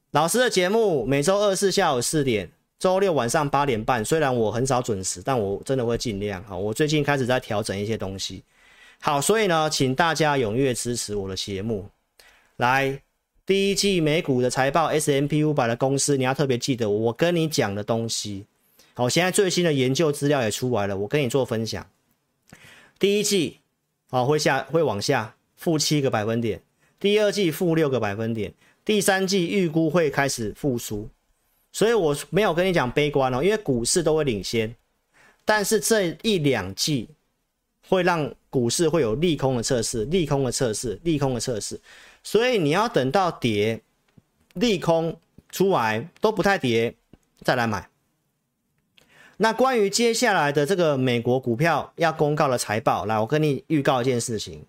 老师的节目每周二四下午四点，周六晚上八点半。虽然我很少准时，但我真的会尽量。好，我最近开始在调整一些东西。好，所以呢，请大家踊跃支持我的节目。来，第一季美股的财报 ，S and P 五百 的公司，你要特别记得我跟你讲的东西。好，现在最新的研究资料也出来了，我跟你做分享。第一季，好，会下会往下负七个百分点，第二季负六个百分点。第三季预估会开始复苏，所以我没有跟你讲悲观哦，因为股市都会领先，但是这一两季会让股市会有利空的测试，利空的测试，利空的测试，所以你要等到跌，利空出来都不太跌，再来买。那关于接下来的这个美国股票要公告的财报，来，我跟你预告一件事情。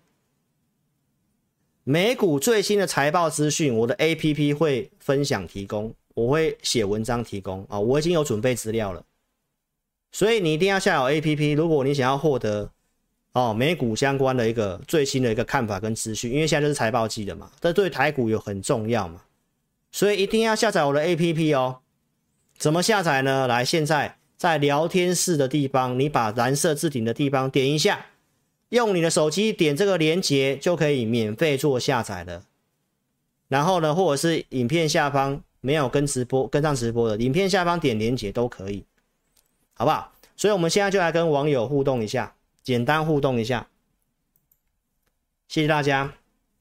美股最新的财报资讯，我的 A P P 会分享提供，我会写文章提供啊，我已经有准备资料了，所以你一定要下载 A P P。如果你想要获得哦美股相关的一个最新的一个看法跟资讯，因为现在就是财报季的嘛，这对台股有很重要嘛，所以一定要下载我的 A P P 哦。怎么下载呢？来，现在在聊天室的地方，你把蓝色置顶的地方点一下。用你的手机点这个连结就可以免费做下载了。然后呢，或者是影片下方没有跟直播跟上直播的，影片下方点连结都可以，好不好？所以我们现在就来跟网友互动一下，简单互动一下。谢谢大家。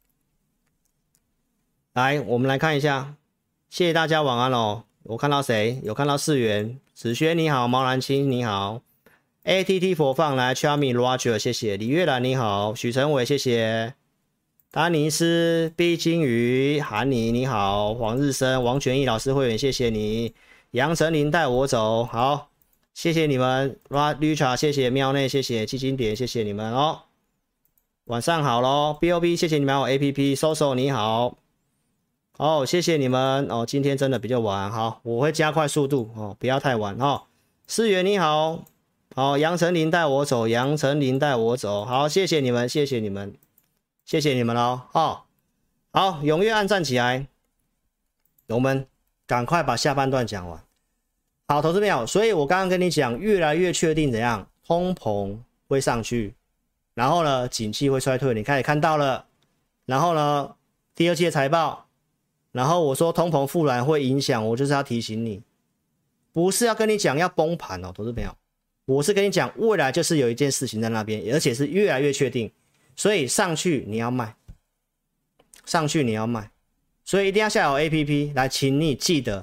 来，我们来看一下，谢谢大家，晚安哦。我看到谁？有看到世元、子轩你好，毛兰青你好。A T T 佛放来 Charmy Roger 谢谢，李月兰你好，许成伟谢谢，丹尼斯 B 金鱼韩妮你好，黄日升王全义老师会员谢谢你，杨丞琳带我走，好，谢谢你们 Richard 谢谢喵内谢谢基金点谢谢你们哦，晚上好咯 B O B 谢谢你们哦 A P P 搜搜你好，哦谢谢你们哦，今天真的比较晚，好，我会加快速度哦，不要太晚哦，思源你好。好，杨丞琳带我走，杨丞琳带我走。好，谢谢你们，谢谢你们，谢谢你们哦。哦，好，踊跃按站起来，我们赶快把下半段讲完。好，投资朋友，所以我刚刚跟你讲，越来越确定怎样，通膨会上去，然后呢，景气会衰退，你开始看到了。然后呢，第二季的财报，然后我说通膨复燃会影响，我就是要提醒你，不是要跟你讲要崩盘哦，投资朋友。我是跟你讲，未来就是有一件事情在那边，而且是越来越确定，所以上去你要卖，上去你要卖，所以一定要下载 A P P 来，请你记得，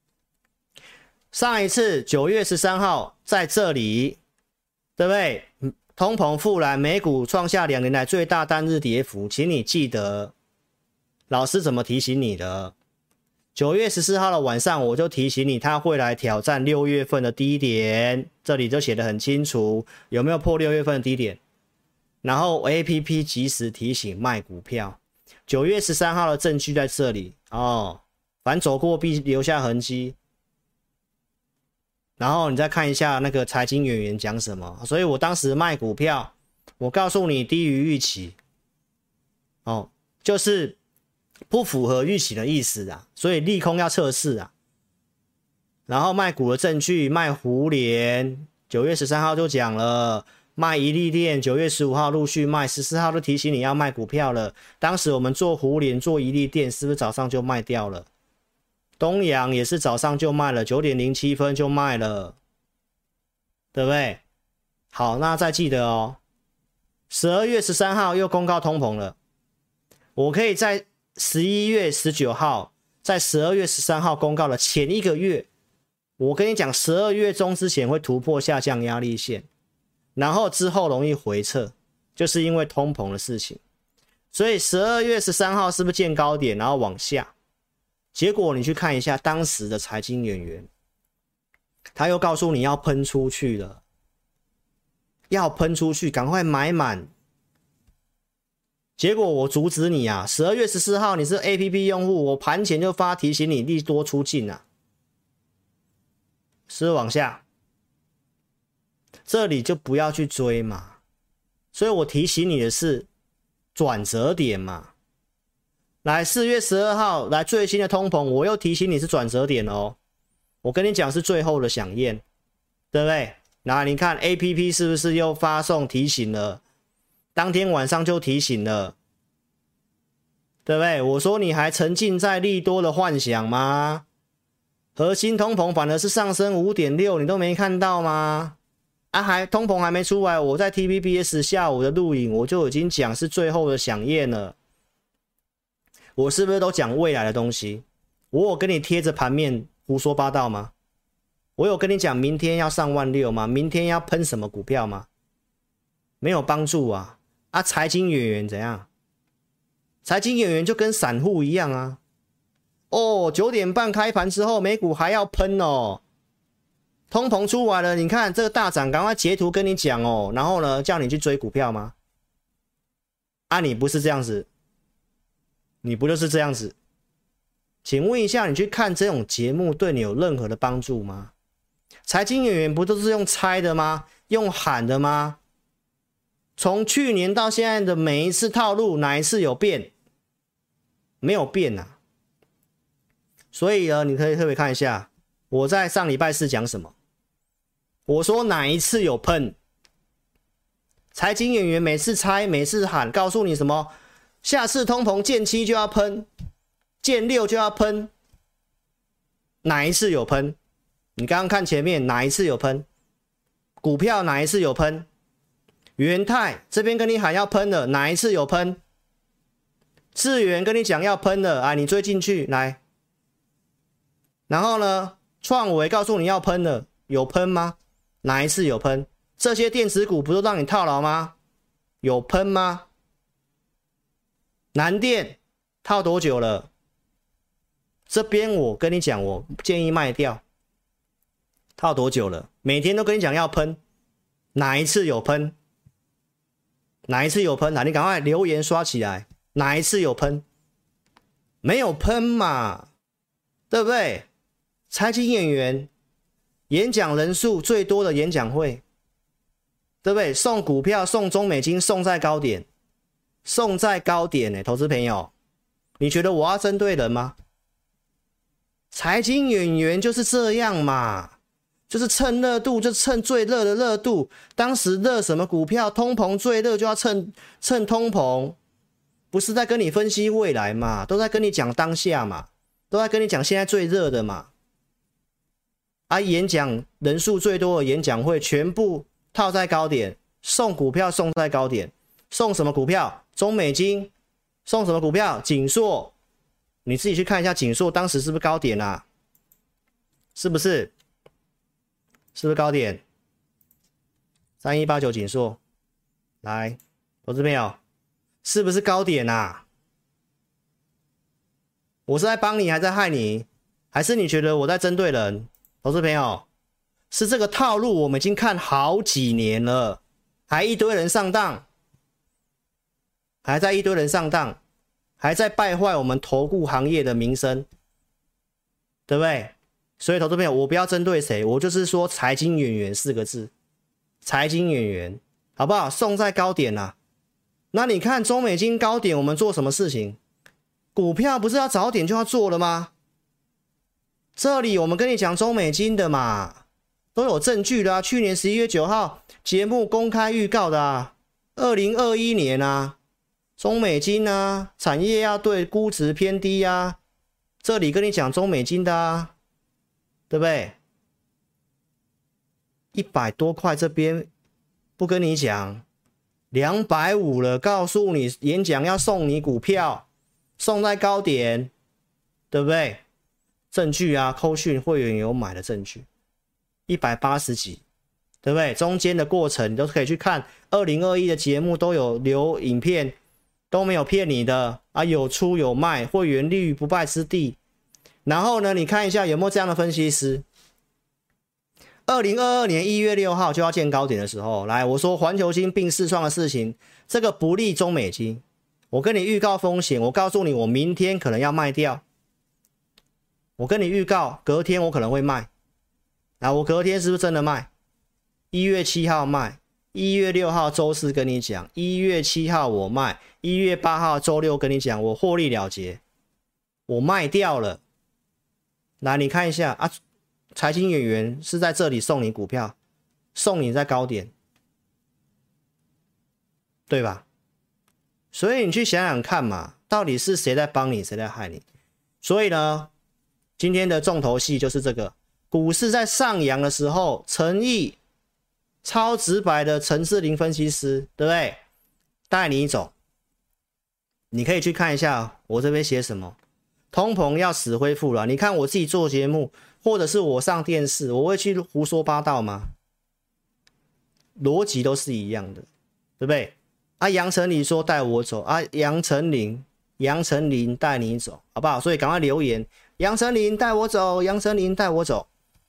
上一次九月十三号在这里，对不对？通膨复燃，美股创下两年来最大单日跌幅，请你记得，老师怎么提醒你的？九月十四号的晚上，我就提醒你，他会来挑战六月份的低点，这里就写得很清楚，有没有破六月份的低点？然后 A P P 及时提醒卖股票。九月十三号的证据在这里哦，凡走过必留下痕迹。然后你再看一下那个财经演员讲什么，所以我当时卖股票，我告诉你低于预期，哦，就是不符合预期的意思啊，所以利空要测试啊。然后卖股的证据，卖胡联，九月十三号就讲了，卖一利电，九月十五号陆续卖，十四号就提醒你要卖股票了。当时我们做胡联，做一利电，是不是早上就卖掉了？东阳也是早上就卖了，九点零七分就卖了，对不对？好，那再记得哦，十二月十三号又公告通膨了，我可以在十一月十九号，在十二月十三号公告的前一个月，我跟你讲，十二月中之前会突破下降压力线，然后之后容易回撤，就是因为通膨的事情。所以十二月十三号是不是见高点，然后往下？结果你去看一下当时的财经演员，他又告诉你要喷出去了，要喷出去，赶快买满。结果我阻止你啊！十二月十四号你是 A P P 用户，我盘前就发提醒你利多出尽啊，是往下，这里就不要去追嘛。所以我提醒你的是转折点嘛。 来四月十二号来最新的通膨，我又提醒你是转折点哦。我跟你讲是最后的响应，对不对？那你看 A P P 是不是又发送提醒了？当天晚上就提醒了，对不对？我说你还沉浸在利多的幻想吗？核心通膨反而是上升 五点六， 你都没看到吗？啊，还通膨还没出来，我在 T V B S 下午的录影我就已经讲是最后的响应了。我是不是都讲未来的东西？我有跟你贴着盘面胡说八道吗？我有跟你讲明天要上万六吗？明天要喷什么股票吗？没有帮助啊！啊，财经演员怎样？财经演员就跟散户一样啊！哦，九点半开盘之后，美股还要喷哦。通膨出来了，你看这个大涨，赶快截图跟你讲哦。然后呢，叫你去追股票吗？啊，你不是这样子，你不就是这样子？请问一下，你去看这种节目对你有任何的帮助吗？财经演员不都是用猜的吗？用喊的吗？从去年到现在的每一次套路，哪一次有变？没有变啊。所以呢，你可以特别看一下，我在上礼拜四讲什么？我说哪一次有喷？财经演员每次猜，每次喊，告诉你什么？下次通膨见七就要喷，见六就要喷。哪一次有喷？你刚刚看前面哪一次有喷？股票哪一次有喷？元泰这边跟你喊要喷了，哪一次有喷？智原跟你讲要喷了啊，你追进去来。然后呢，创维告诉你要喷了，有喷吗？哪一次有喷？这些电子股不都让你套牢吗？有喷吗？南电套多久了？这边我跟你讲，我建议卖掉。套多久了？每天都跟你讲要喷，哪一次有喷？哪一次有喷啊？你赶快留言刷起来，哪一次有喷？没有喷嘛，对不对？财经演员演讲人数最多的演讲会，对不对？送股票送中美金送在高点，送在高点欸，投资朋友，你觉得我要针对人吗？财经演员就是这样嘛，就是趁热度，就趁最热的热度。当时热什么股票，通膨最热就要趁趁通膨，不是在跟你分析未来嘛，都在跟你讲当下嘛，都在跟你讲现在最热的嘛。啊，演讲人数最多的演讲会全部套在高点，送股票送在高点，送什么股票？中美金，送什么股票？景硕，你自己去看一下景硕当时是不是高点啊？是不是？是不是高点？三一八九景硕，来，投资朋友，是不是高点啊？我是在帮你，还在害你？还是你觉得我在针对人？投资朋友，是这个套路，我们已经看好几年了，还一堆人上当，还在一堆人上当，还在败坏我们投顾行业的名声，对不对？所以投资朋友，我不要针对谁，我就是说财经演员四个字，财经演员，好不好？送在高点啊。那你看中美金高点，我们做什么事情？股票不是要早点就要做了吗？这里我们跟你讲中美金的嘛，都有证据的啊。去年十一月九号节目公开预告的啊，二零二一年啊，中美金啊，产业要对估值偏低啊，这里跟你讲中美金的啊，对不对？一百多块这边不跟你讲，两百五了，告诉你演讲要送你股票，送在高点，对不对？证据啊，扣讯会员有买的证据，一百八十几，对不对？中间的过程你都可以去看，二零二一的节目都有留影片，都没有骗你的啊，有出有卖，会员立于不败之地。然后呢，你看一下有没有这样的分析师？二零二二年一月六号就要见高点的时候，来，我说环球金并视创的事情，这个不利中美金，我跟你预告风险，我告诉你，我明天可能要卖掉。我跟你预告，隔天我可能会卖。那我隔天是不是真的卖？一月七号卖， 一月六号周四跟你讲，一月七号我卖，一月八号周六跟你讲，我获利了结，我卖掉了。来，你看一下啊，财经演员是在这里送你股票，送你在高点，对吧？所以你去想想看嘛，到底是谁在帮你，谁在害你？所以呢，今天的重头戏就是这个，股市在上扬的时候，诚意超直白的陈志霖分析师，对不对？带你走，你可以去看一下我这边写什么，通膨要死恢复了。你看我自己做节目，或者是我上电视，我会去胡说八道吗？逻辑都是一样的，对不对？啊，杨丞琳说带我走啊，杨丞琳，杨丞琳带你走，好不好？所以赶快留言，杨丞琳带我走，杨丞琳带我走，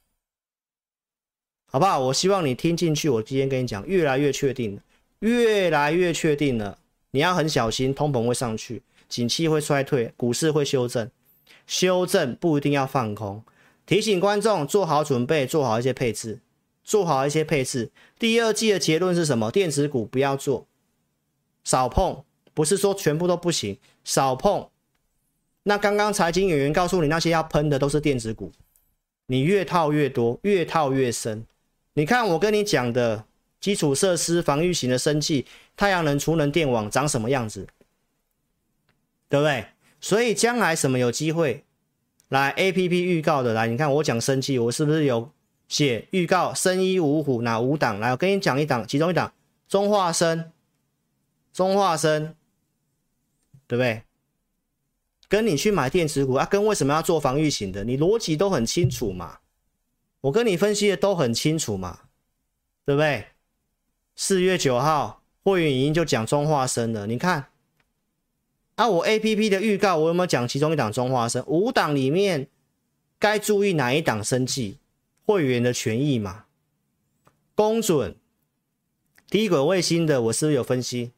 好不好？我希望你听进去，我今天跟你讲，越来越确定了，越来越确定了，你要很小心，通膨会上去，景气会衰退，股市会修正，修正不一定要放空，提醒观众做好准备，做好一些配置，做好一些配置。第二季的结论是什么？电子股不要做。少碰，不是说全部都不行，少碰。那刚刚财经演员告诉你，那些要喷的都是电子股，你越套越多，越套越深。你看我跟你讲的基础设施、防御型的生技、太阳能、储能、电网长什么样子，对不对？所以将来什么有机会来 A P P 预告的，来，你看我讲生技，我是不是有写预告？生医五虎哪五档？来，我跟你讲一档，其中一档中化生。中化生，对不对？跟你去买电子股啊，跟为什么要做防御型的，你逻辑都很清楚嘛。我跟你分析的都很清楚嘛，对不对？四月九号，会员影音就讲中化生了，你看啊，我 A P P 的预告，我有没有讲其中一档中化生？五档里面该注意哪一档生技？会员的权益嘛。公准，低轨卫星的，我是不是有分析？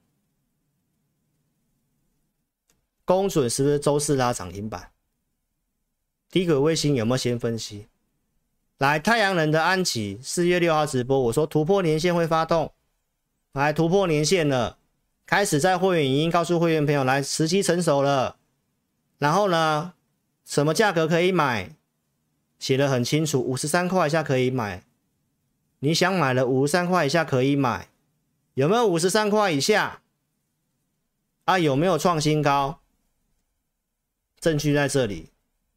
公准是不是周四拉涨停板？低轨卫星有没有先分析？来，太阳能的安琪四月六号直播，我说突破年线会发动，来突破年线了，开始在会员影音告诉会员朋友，来时机成熟了。然后呢，什么价格可以买？写得很清楚，五十三块以下可以买。你想买的五十三块以下可以买，有没有五十三块以下？啊，有没有创新高？证据在这里，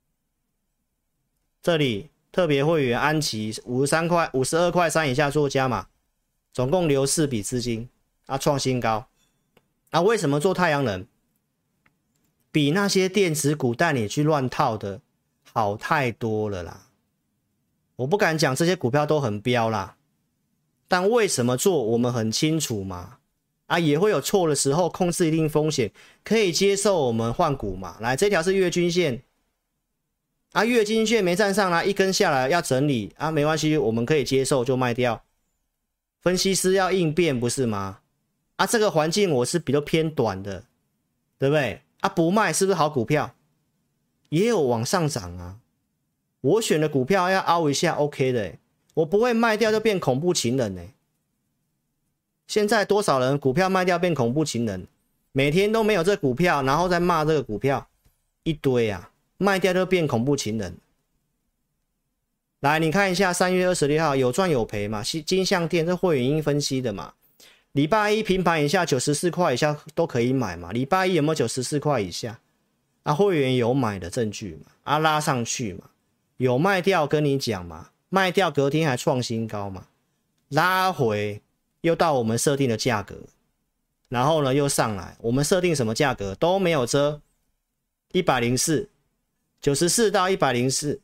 这里特别会员安琪五十三块、五十二块三以下做加码，总共留四笔资金啊，创新高啊！为什么做太阳能？比那些电子股带你去乱套的好太多了啦！我不敢讲这些股票都很飙啦，但为什么做我们很清楚嘛。啊，也会有错的时候，控制一定风险，可以接受我们换股嘛。来，这条是月均线，啊，月均线没站上来，一根下来要整理啊，没关系，我们可以接受就卖掉。分析师要应变不是吗？啊，这个环境我是比较偏短的，对不对？啊，不卖是不是好股票？也有往上涨啊。我选的股票要凹一下 OK 的，我不会卖掉就变恐怖情人呢。现在多少人股票卖掉变恐怖情人，每天都没有这股票，然后再骂这个股票一堆啊，卖掉就变恐怖情人。来，你看一下三月二十六号有赚有赔嘛，金像电这会员音分析的嘛，礼拜一平盘以下九十四块以下都可以买嘛，礼拜一有没有九十四块以下？啊，会员有买的证据嘛，啊拉上去嘛，有卖掉跟你讲嘛，卖掉隔天还创新高嘛，拉回。又到我们设定的价格，然后呢又上来，我们设定什么价格都没有遮，一百零四，九十四到一百零四，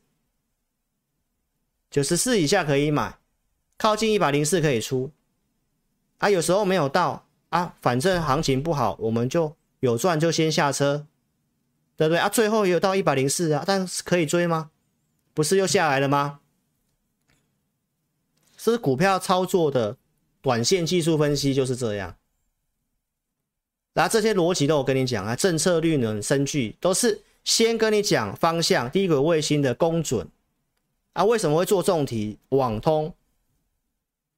九十四以下可以买，靠近一百零四可以出，啊有时候没有到啊，反正行情不好，我们就有赚就先下车，对不对啊？最后也有到一百零四啊，但是可以追吗？不是又下来了吗？是股票操作的。短线技术分析就是这样，那这些逻辑都我跟你讲啊，政策率呢、生具都是先跟你讲方向，低轨卫星的公准啊，为什么会做重题？网通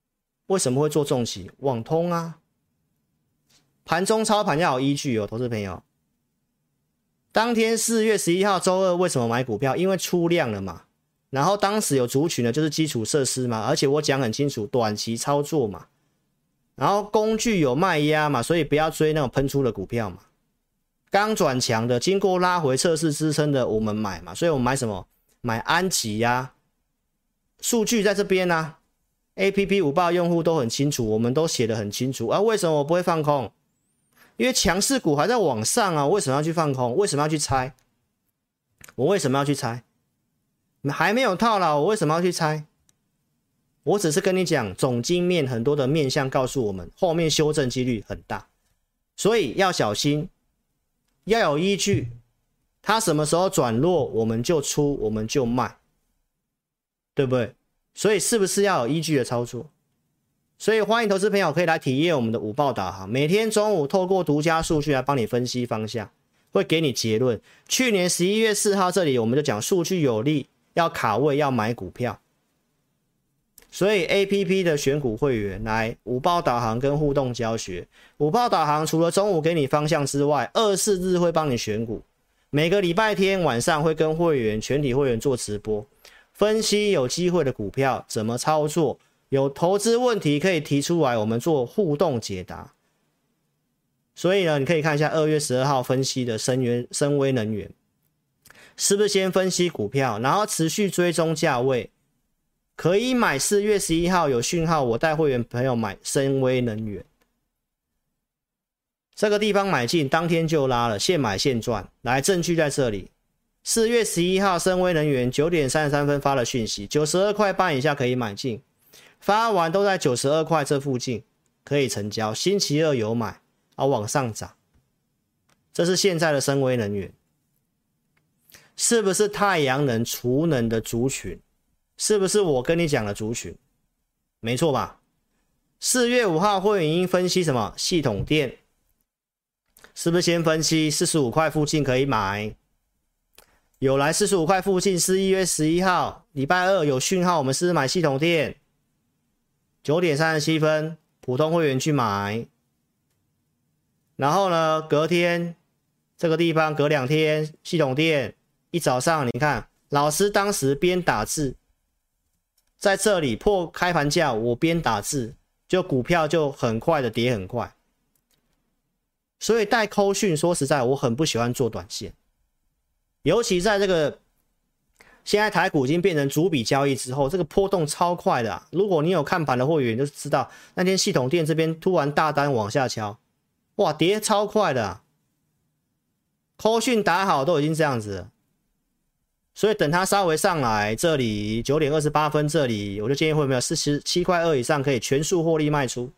为什么会做重骑？网通啊，盘中操盘要有依据哦，投资朋友。当天四月十一号周二为什么买股票？因为出量了嘛。然后当时有族群呢，就是基础设施嘛，而且我讲很清楚，短期操作嘛。然后工具有卖压嘛，所以不要追那种喷出的股票嘛。刚转强的，经过拉回测试支撑的，我们买嘛。所以我们买什么？买安吉呀、啊。数据在这边啊 ，A P P 五报用户都很清楚，我们都写得很清楚啊。为什么我不会放空？因为强势股还在往上啊，为什么要去放空？为什么要去猜？我为什么要去猜？还没有套牢，我为什么要去猜？我只是跟你讲，总经面很多的面向告诉我们，后面修正几率很大，所以要小心，要有依据。它什么时候转弱，我们就出，我们就卖，对不对？所以是不是要有依据的操作？所以欢迎投资朋友可以来体验我们的午报导航，每天中午透过独家数据来帮你分析方向，会给你结论。去年十一月四号这里我们就讲数据有利，要卡位，要买股票。所以 A P P 的选股会员来午报导航跟互动教学，午报导航除了中午给你方向之外，二十四日会帮你选股，每个礼拜天晚上会跟会员全体会员做直播，分析有机会的股票怎么操作，有投资问题可以提出来，我们做互动解答。所以呢，你可以看一下二月十二号分析的深源深威能源，是不是先分析股票，然后持续追踪价位，可以买。四月十一号有讯号，我带会员朋友买深威能源，这个地方买进，当天就拉了，现买现赚。来，证据在这里。四月十一号深威能源九点三十三分发了讯息，九十二块半以下可以买进，发完都在九十二块这附近可以成交。星期二有买啊，往上涨。这是现在的深威能源，是不是太阳能、储能的族群？是不是我跟你讲的族群？没错吧？四月五号会员已经分析什么？系统电，是不是先分析四十五块附近可以买？有来四十五块附近，是一月十一号礼拜二有讯号，我们是不是买系统电？九点三十七分，普通会员去买。然后呢，隔天这个地方隔两天，系统电一早上，你看老师当时边打字，在这里破开盘价，我边打字，就股票就很快的跌很快。所以带扣讯，说实在，我很不喜欢做短线，尤其在这个现在台股已经变成逐笔交易之后，这个波动超快的、啊。如果你有看盘的会员就知道，那天系统电这边突然大单往下敲，哇，跌超快的、啊。扣讯打好都已经这样子了，所以等它稍微上来，这里九点二十八分这里，我就建议会员四十七块二以上可以全数获利卖出。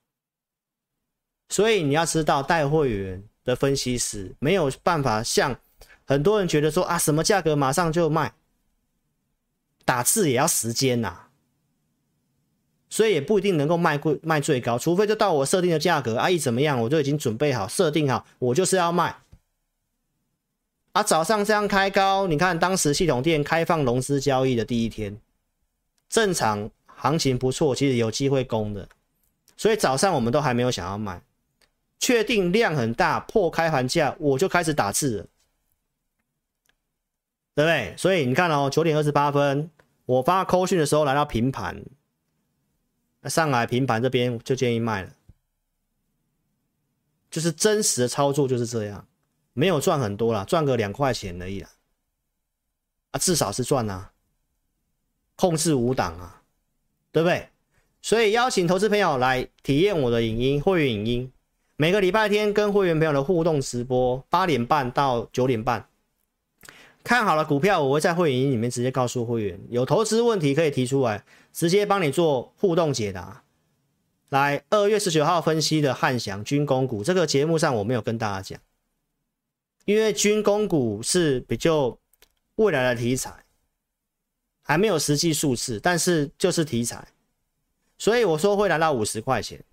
所以你要知道，带会员的分析师没有办法像很多人觉得说啊，什么价格马上就卖，打字也要时间呐、啊，所以也不一定能够卖贵卖最高，除非就到我设定的价格，啊，一怎么样我就已经准备好设定好，我就是要卖。啊，早上这样开高，你看当时系统店开放融资交易的第一天，正常行情不错，其实有机会攻的，所以早上我们都还没有想要卖，确定量很大，破开盘价，我就开始打字了，对不对？所以你看哦，九点二十八分，我发扣讯的时候来到平盘，上来平盘这边就建议卖了，就是真实的操作就是这样。没有赚很多啦，赚个两块钱而已啦，啊，至少是赚啊，控制五档啊，对不对？所以邀请投资朋友来体验我的影音会员影音，每个礼拜天跟会员朋友的互动直播，八点半到九点半，看好了股票，我会在会员影音里面直接告诉会员，有投资问题可以提出来，直接帮你做互动解答。来，二月十九号分析的汉翔军工股，这个节目上我没有跟大家讲。因为军工股是比较未来的题材，还没有实际数字，但是就是题材，所以我说会来到五十块钱。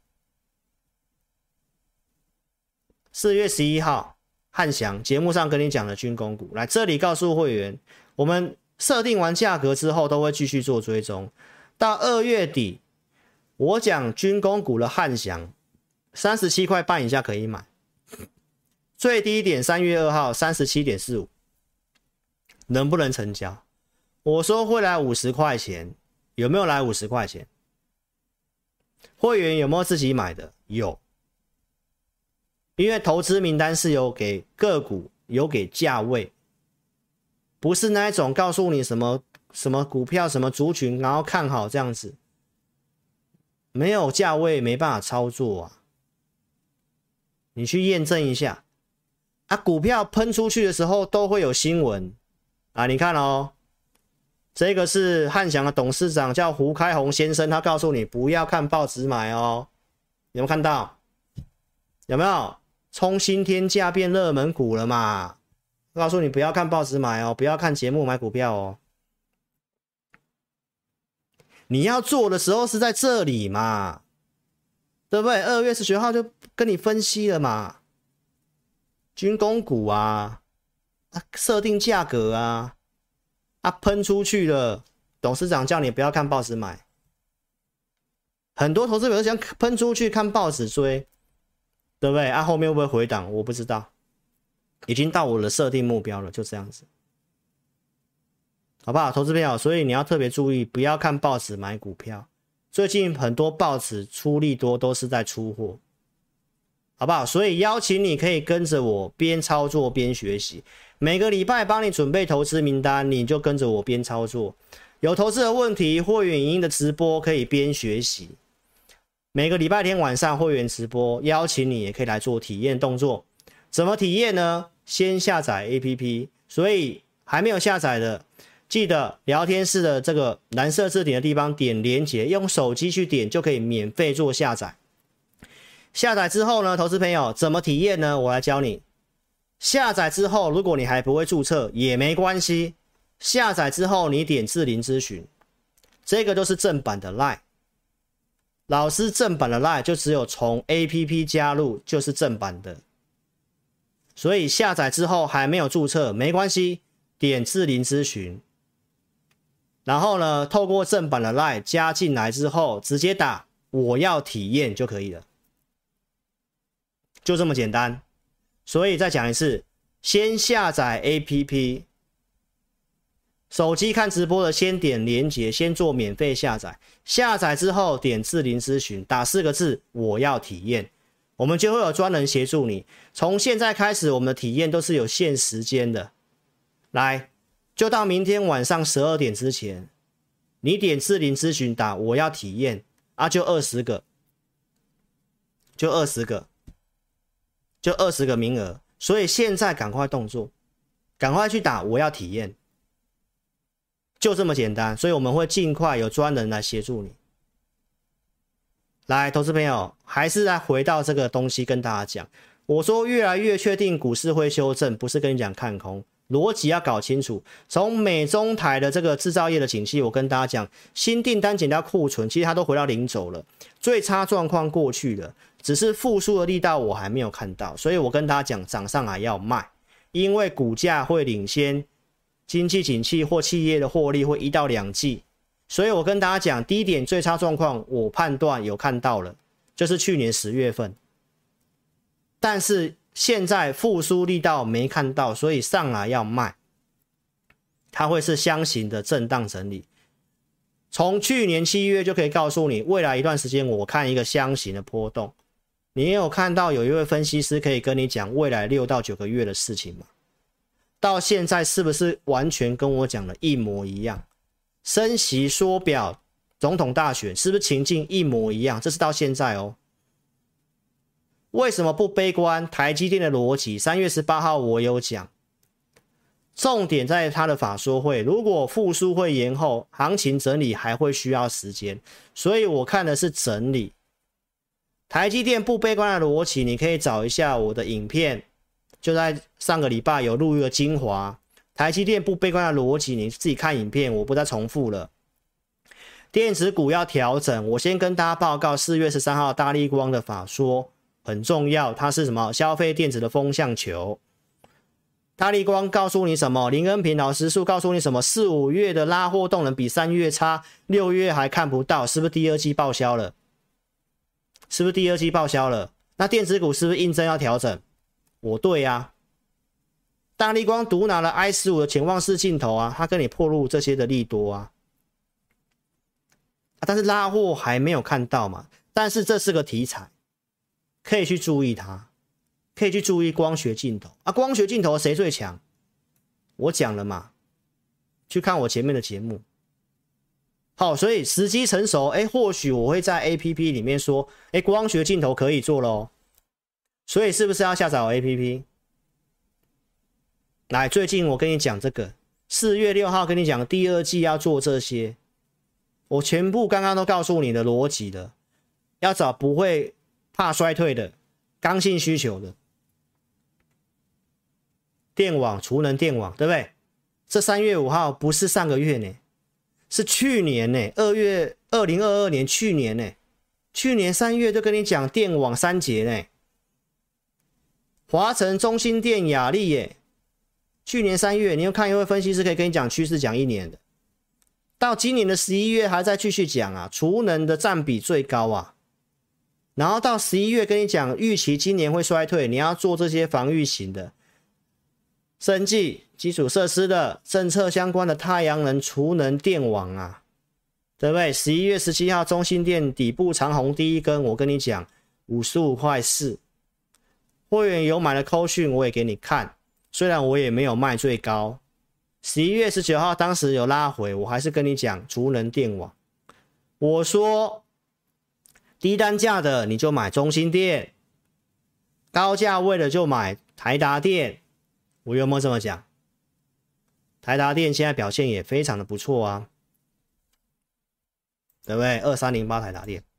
四月十一号，汉翔节目上跟你讲的军工股，来这里告诉会员，我们设定完价格之后，都会继续做追踪，到二月底我讲军工股的汉翔，三十七块半以下可以买，最低点三月二号三十七点四五，能不能成交？我说会来五十块钱，有没有来五十块钱？会员有没有自己买的？有，因为投资名单是有给个股，有给价位，不是那一种告诉你什么什么股票什么族群，然后看好这样子，没有价位没办法操作啊。你去验证一下啊，股票喷出去的时候都会有新闻啊，你看哦。这个是汉翔的董事长叫胡开宏先生，他告诉你不要看报纸买哦，有没有看到？有没有？冲新天价变热门股了嘛？告诉你不要看报纸买哦，不要看节目买股票哦。你要做的时候是在这里嘛，对不对？二月十九号就跟你分析了嘛，军工股啊，啊设定价格啊。啊，喷出去了，董事长叫你不要看报纸买，很多投资者想喷出去看报纸追，对不对？啊，后面会不会回档？我不知道，已经到我的设定目标了，就这样子，好不好？投资朋友，所以你要特别注意，不要看报纸买股票。最近很多报纸出利多都是在出货，好不好？所以邀请你可以跟着我边操作边学习。每个礼拜帮你准备投资名单，你就跟着我边操作。有投资的问题，会员影音的直播可以边学习。每个礼拜天晚上会员直播，邀请你也可以来做体验动作。怎么体验呢？先下载 A P P， 所以还没有下载的，记得聊天室的这个蓝色字体的地方点连结，用手机去点就可以免费做下载。下载之后呢，投资朋友怎么体验呢？我来教你。下载之后，如果你还不会注册也没关系。下载之后，你点智霖咨询，这个就是正版的 Line。老师正版的 Line 就只有从 A P P 加入就是正版的，所以下载之后还没有注册没关系，点智霖咨询，然后呢，透过正版的 Line 加进来之后，直接打我要体验就可以了，就这么简单。所以再讲一次，先下载 A P P， 手机看直播的先点连结，先做免费下载。下载之后点智霖咨询，打四个字我要体验，我们就会有专人协助你。从现在开始，我们的体验都是有限时间的，来，就到明天晚上十二点之前，你点智霖咨询打我要体验啊，就二十个，就二十个。就二十个名额，所以现在赶快动作，赶快去打我要体验，就这么简单。所以我们会尽快有专人来协助你。来，投资朋友，还是来回到这个东西跟大家讲，我说越来越确定股市会修正，不是跟你讲看空，逻辑要搞清楚。从美中台的这个制造业的景气，我跟大家讲，新订单减掉库存，其实它都回到零轴了，最差状况过去了。只是复苏的力道我还没有看到，所以我跟大家讲，涨上来要卖，因为股价会领先经济景气或企业的获利会一到两季，所以我跟大家讲，低点最差状况我判断有看到了，就是去年十月份，但是现在复苏力道没看到，所以上来要卖，它会是箱型的震荡整理。从去年七月就可以告诉你，未来一段时间我看一个箱型的波动。你也有看到有一位分析师可以跟你讲未来六到九个月的事情吗？到现在是不是完全跟我讲的一模一样？升息缩表总统大选是不是情境一模一样？这是到现在哦。为什么不悲观？台积电的逻辑，三月十八号我有讲，重点在它的法说会，如果复苏会延后，行情整理还会需要时间，所以我看的是整理。台积电不悲观的逻辑，你可以找一下我的影片，就在上个礼拜有录一个精华。台积电不悲观的逻辑，你自己看影片，我不再重复了。电子股要调整，我先跟大家报告，四月十三号大立光的法说很重要，它是什么？消费电子的风向球。大立光告诉你什么？林恩平老师数告诉你什么？四五月的拉货动能比三月差，六月还看不到，是不是第二季报销了？ 是不是第二季报销了？那电子股是不是应征要调整？我对啊。大立光独拿了 I 十五 的潜望式镜头啊，它跟你破入这些的利多啊，啊但是拉货还没有看到嘛，但是这是个题材，可以去注意它，可以去注意光学镜头啊。光学镜头谁最强？我讲了嘛，去看我前面的节目。好，所以时机成熟，哎，或许我会在 A P P 里面说，哎，光学镜头可以做咯。所以是不是要下载我 A P P？ 来，最近我跟你讲这个，四月六号跟你讲第二季要做这些，我全部刚刚都告诉你的逻辑的，要找不会怕衰退的、刚性需求的电网、储能电网，对不对？这三月五号不是上个月呢，是去年呢，二月二零二二年去年呢，去年三月就跟你讲电网三节呢，华城、中兴电、亚力耶。去年三月，你有看一位分析师可以跟你讲趋势讲一年的，到今年的十一月还在继续讲啊，储能的占比最高啊，然后到十一月跟你讲预期今年会衰退，你要做这些防御型的，生技、基础设施的政策相关的太阳能、储能、电网啊，对不对？十一月十七号中兴电底部长红第一根，我跟你讲五十五块四，会员有买的扣讯我也给你看。虽然我也没有卖最高，十一月十九号当时有拉回，我还是跟你讲储能电网，我说低单价的你就买中兴电，高价位的就买台达电，我有没有这么讲？台达电现在表现也非常的不错啊，对不对？二三零八台达电，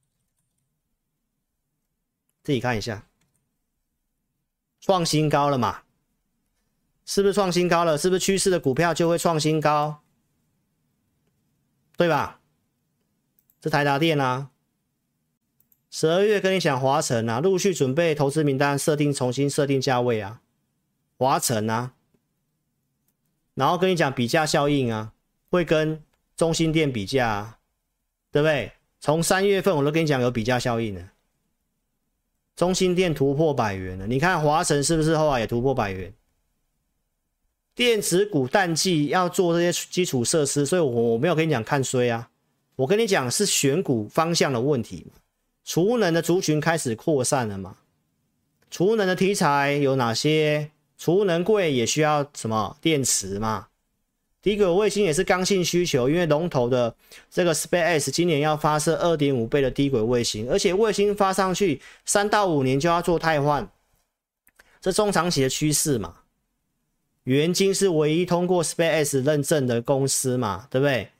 自己看一下，创新高了嘛？是不是创新高了？是不是趋势的股票就会创新高？对吧？这台达电啊，十二月跟你讲华城啊，陆续准备投资名单，设定重新设定价位啊，华城啊，然后跟你讲比价效应啊，会跟中兴电比价啊，对不对？从三月份我都跟你讲有比价效应了，中兴电突破百元了，你看华城是不是后来也突破百元？电子股淡季要做这些基础设施，所以我没有跟你讲看衰啊，我跟你讲是选股方向的问题嘛。储能的族群开始扩散了嘛，储能的题材有哪些？储能柜也需要什么电池嘛？低轨卫星也是刚性需求，因为龙头的这个 SpaceX 今年要发射 二点五 倍的低轨卫星，而且卫星发上去三到五年就要做汰换，这中长期的趋势嘛。元晶是唯一通过 SpaceX 认证的公司嘛，对不对？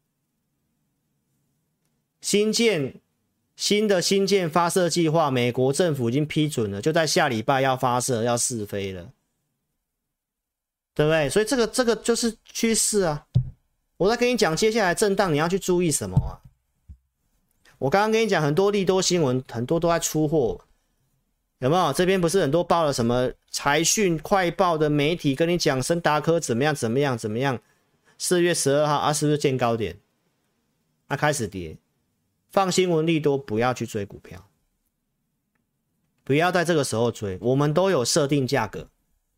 新建新的新建发射计划，美国政府已经批准了，就在下礼拜要发射，要试飞了，对不对？所以这个这个就是趋势啊。我在跟你讲，接下来震荡你要去注意什么啊？我刚刚跟你讲很多利多新闻，很多都在出货。有没有？这边不是很多报了什么财讯快报的媒体跟你讲森达科怎么样怎么样怎么样？四月十二号啊，是不是见高点？啊，开始跌。放新闻利多，不要去追股票，不要在这个时候追。我们都有设定价格，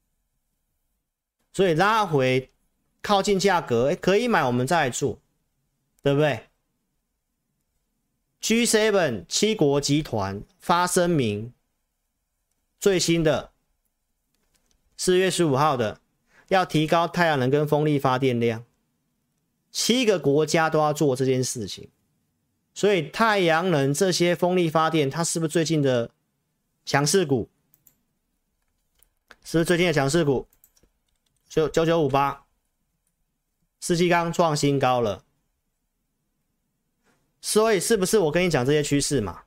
所以拉回靠近价格，哎，可以买，我们再来做，对不对 ？G 七 七国集团发声明。最新的四月十五号的要提高太阳能跟风力发电量，七个国家都要做这件事情，所以太阳能这些风力发电，它是不是最近的强势股？是不是最近的强势股？就九九五八，世纪钢创新高了，所以是不是我跟你讲这些趋势嘛？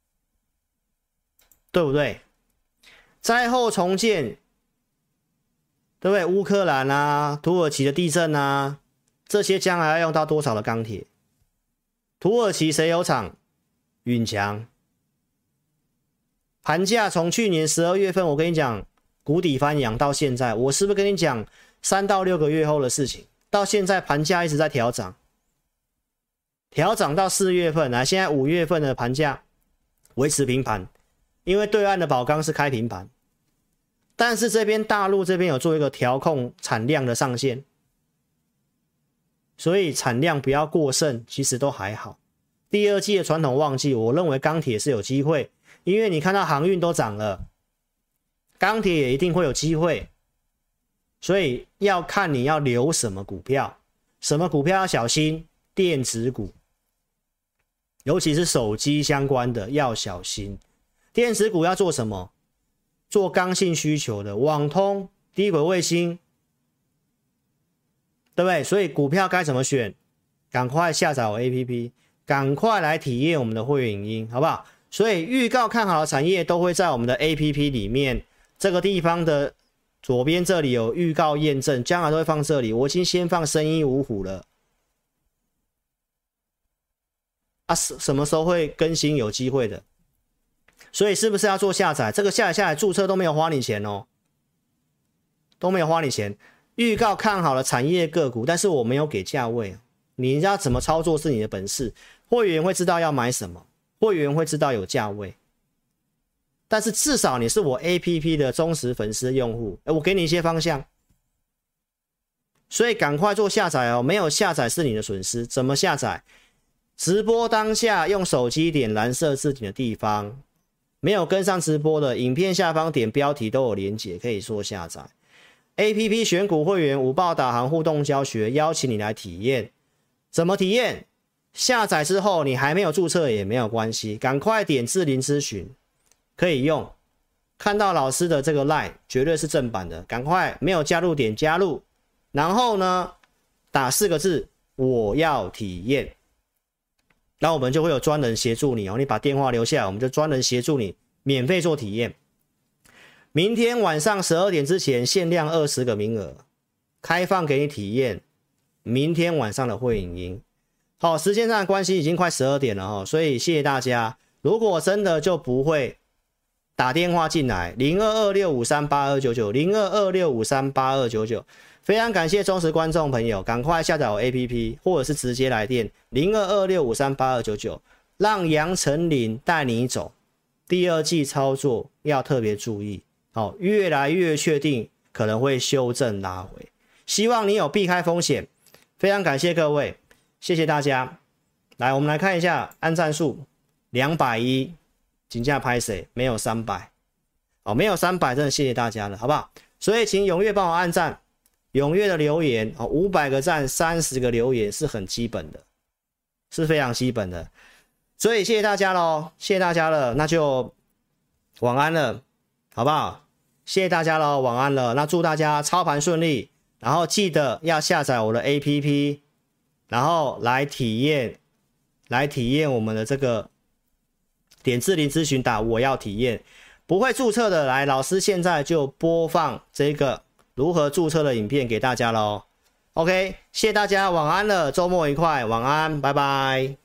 对不对？灾后重建，对不对？乌克兰啊，土耳其的地震啊，这些将来要用到多少的钢铁？土耳其谁有厂？允强。盘价从去年十二月份，我跟你讲谷底翻扬到现在，我是不是跟你讲三到六个月后的事情？到现在盘价一直在调涨，调涨到四月份，来现在五月份的盘价维持平盘，因为对岸的宝钢是开平盘，但是这边大陆这边有做一个调控产量的上限，所以产量不要过剩，其实都还好。第二季的传统旺季，我认为钢铁是有机会，因为你看到航运都涨了，钢铁也一定会有机会，所以要看你要留什么股票，什么股票要小心，电子股，尤其是手机相关的要小心。电子股要做什么？做刚性需求的，网通、低轨卫星，对不对？所以股票该怎么选？赶快下载我 A P P， 赶快来体验我们的会员影音，好不好？所以预告看好的产业都会在我们的 A P P 里面，这个地方的左边这里有预告验证，将来都会放这里。我已经先放生一五虎了啊，什么时候会更新？有机会的。所以是不是要做下载？这个下载下来注册都没有花你钱哦，都没有花你钱。预告看好了产业个股，但是我没有给价位，你要怎么操作是你的本事。会员会知道要买什么，会员会知道有价位，但是至少你是我 A P P 的忠实粉丝用户，我给你一些方向，所以赶快做下载哦。没有下载是你的损失。怎么下载？直播当下用手机点蓝色字体的地方。没有跟上直播的，影片下方点标题都有连结，可以做下载。A P P 选股会员午报导航互动教学，邀请你来体验。怎么体验？下载之后你还没有注册也没有关系，赶快点智霖咨询，可以用。看到老师的这个 LINE 绝对是正版的，赶快没有加入点加入，然后呢打四个字我要体验。那我们就会有专人协助你哦，你把电话留下来，我们就专人协助你免费做体验。明天晚上十二点之前限量二十个名额，开放给你体验明天晚上的会影音。好，时间上的关系已经快十二点了哦，所以谢谢大家。如果真的就不会打电话进来零二二六五三八二九九 零二二六五三八二九九，非常感谢忠实观众朋友，赶快下载我 A P P 或者是直接来电零二二六五三八二九九，让杨丞琳带你走。第二季操作要特别注意，好，越来越确定可能会修正拉回，希望你有避开风险。非常感谢各位，谢谢大家。来，我们来看一下按赞数两百一，金价拍谁？没有三百，哦，没有三百，真的谢谢大家了，好不好？所以请踊跃帮我按赞。踊跃的留言哦，五百个赞，三十个留言是很基本的，是非常基本的。所以谢谢大家咯，谢谢大家了，那就晚安了，好不好？谢谢大家咯，晚安了。那祝大家操盘顺利，然后记得要下载我的 A P P， 然后来体验，来体验我们的这个点智霖咨询打我要体验。不会注册的来，老师现在就播放这个如何注册的影片给大家咯。 OK， 谢谢大家，晚安了，周末愉快，晚安，拜拜。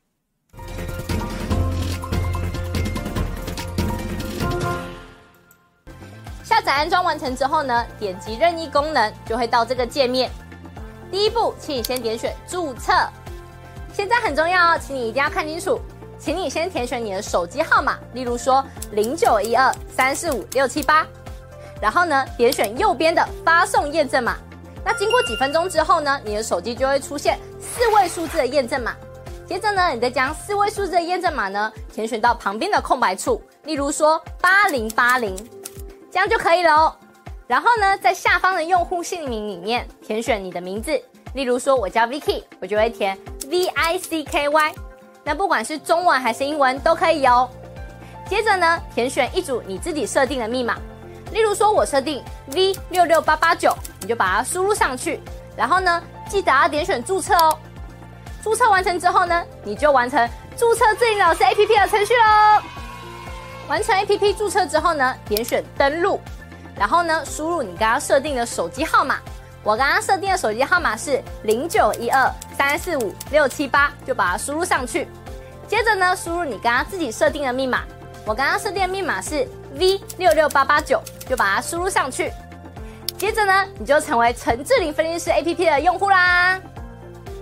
下载安装完成之后呢，点击任意功能就会到这个界面。第一步，请你先点选注册。现在很重要哦，请你一定要看清楚，请你先填选你的手机号码，例如说零九一二三四五六七八。然后呢，点选右边的发送验证码。那经过几分钟之后呢，你的手机就会出现四位数字的验证码。接着呢，你再将四位数字的验证码呢填选到旁边的空白处，例如说八零八零，这样就可以了哦。然后呢，在下方的用户姓名里面填选你的名字，例如说我叫 Vicky， 我就会填 V I C K Y。那不管是中文还是英文都可以哦。接着呢，填选一组你自己设定的密码。例如说我设定 V 六六八八九， 你就把它输入上去，然后呢记得要点选注册哦。注册完成之后呢，你就完成注册智霖老师 A P P 的程序咯。完成 A P P 注册之后呢，点选登录，然后呢输入你刚刚设定的手机号码。我刚刚设定的手机号码是零九一二三四五六七八，就把它输入上去。接着呢，输入你刚刚自己设定的密码。我刚刚设定的密码是 V 六六八八九， 就把它输入上去。接着呢，你就成为陈智霖分析师 A P P 的用户啦。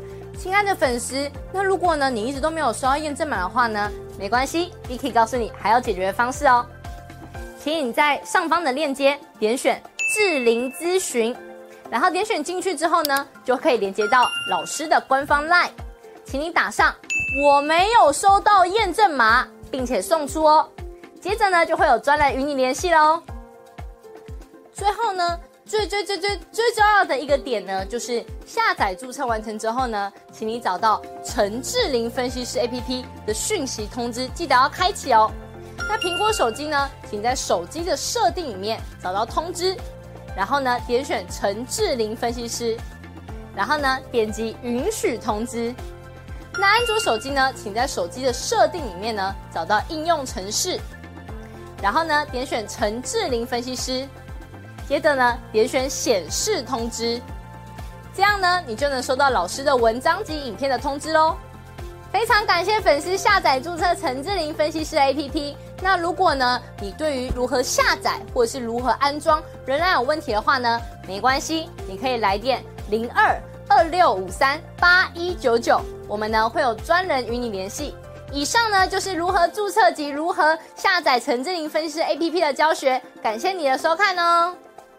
亲爱的粉丝，那如果呢你一直都没有收到验证码的话呢，没关系 ，Vicky 告诉你还有解决的方式哦。请你在上方的链接点选智龄咨询，然后点选进去之后呢，就可以连接到老师的官方 LINE， 请你打上我没有收到验证码，并且送出哦。接着呢，就会有专人与你联系咯。最后呢，最最最最最重要的一个点呢，就是下载注册完成之后呢，请你找到陈志玲分析师 A P P 的讯息通知，记得要开启哦。那苹果手机呢，请在手机的设定里面找到通知，然后呢点选陈志玲分析师，然后呢点击允许通知。那安卓手机呢，请在手机的设定里面呢找到应用程式，然后呢点选陈志玲分析师，接着呢点选显示通知，这样呢你就能收到老师的文章及影片的通知咯。非常感谢粉丝下载注册陈志玲分析师 A P P。那如果呢你对于如何下载或者是如何安装仍然有问题的话呢，没关系，你可以来电零二二六五三八一九九，我们呢会有专人与你联系。以上呢就是如何注册及如何下载陈志玲分析师 A P P 的教学，感谢你的收看哦。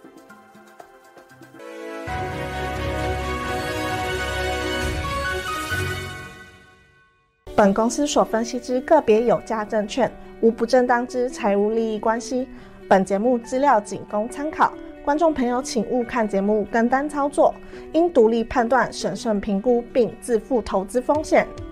本公司所分析之个别有价证券，无不正当之财务利益关系。本节目资料仅供参考，观众朋友请勿看节目跟单操作，应独立判断、审慎评估并自负投资风险。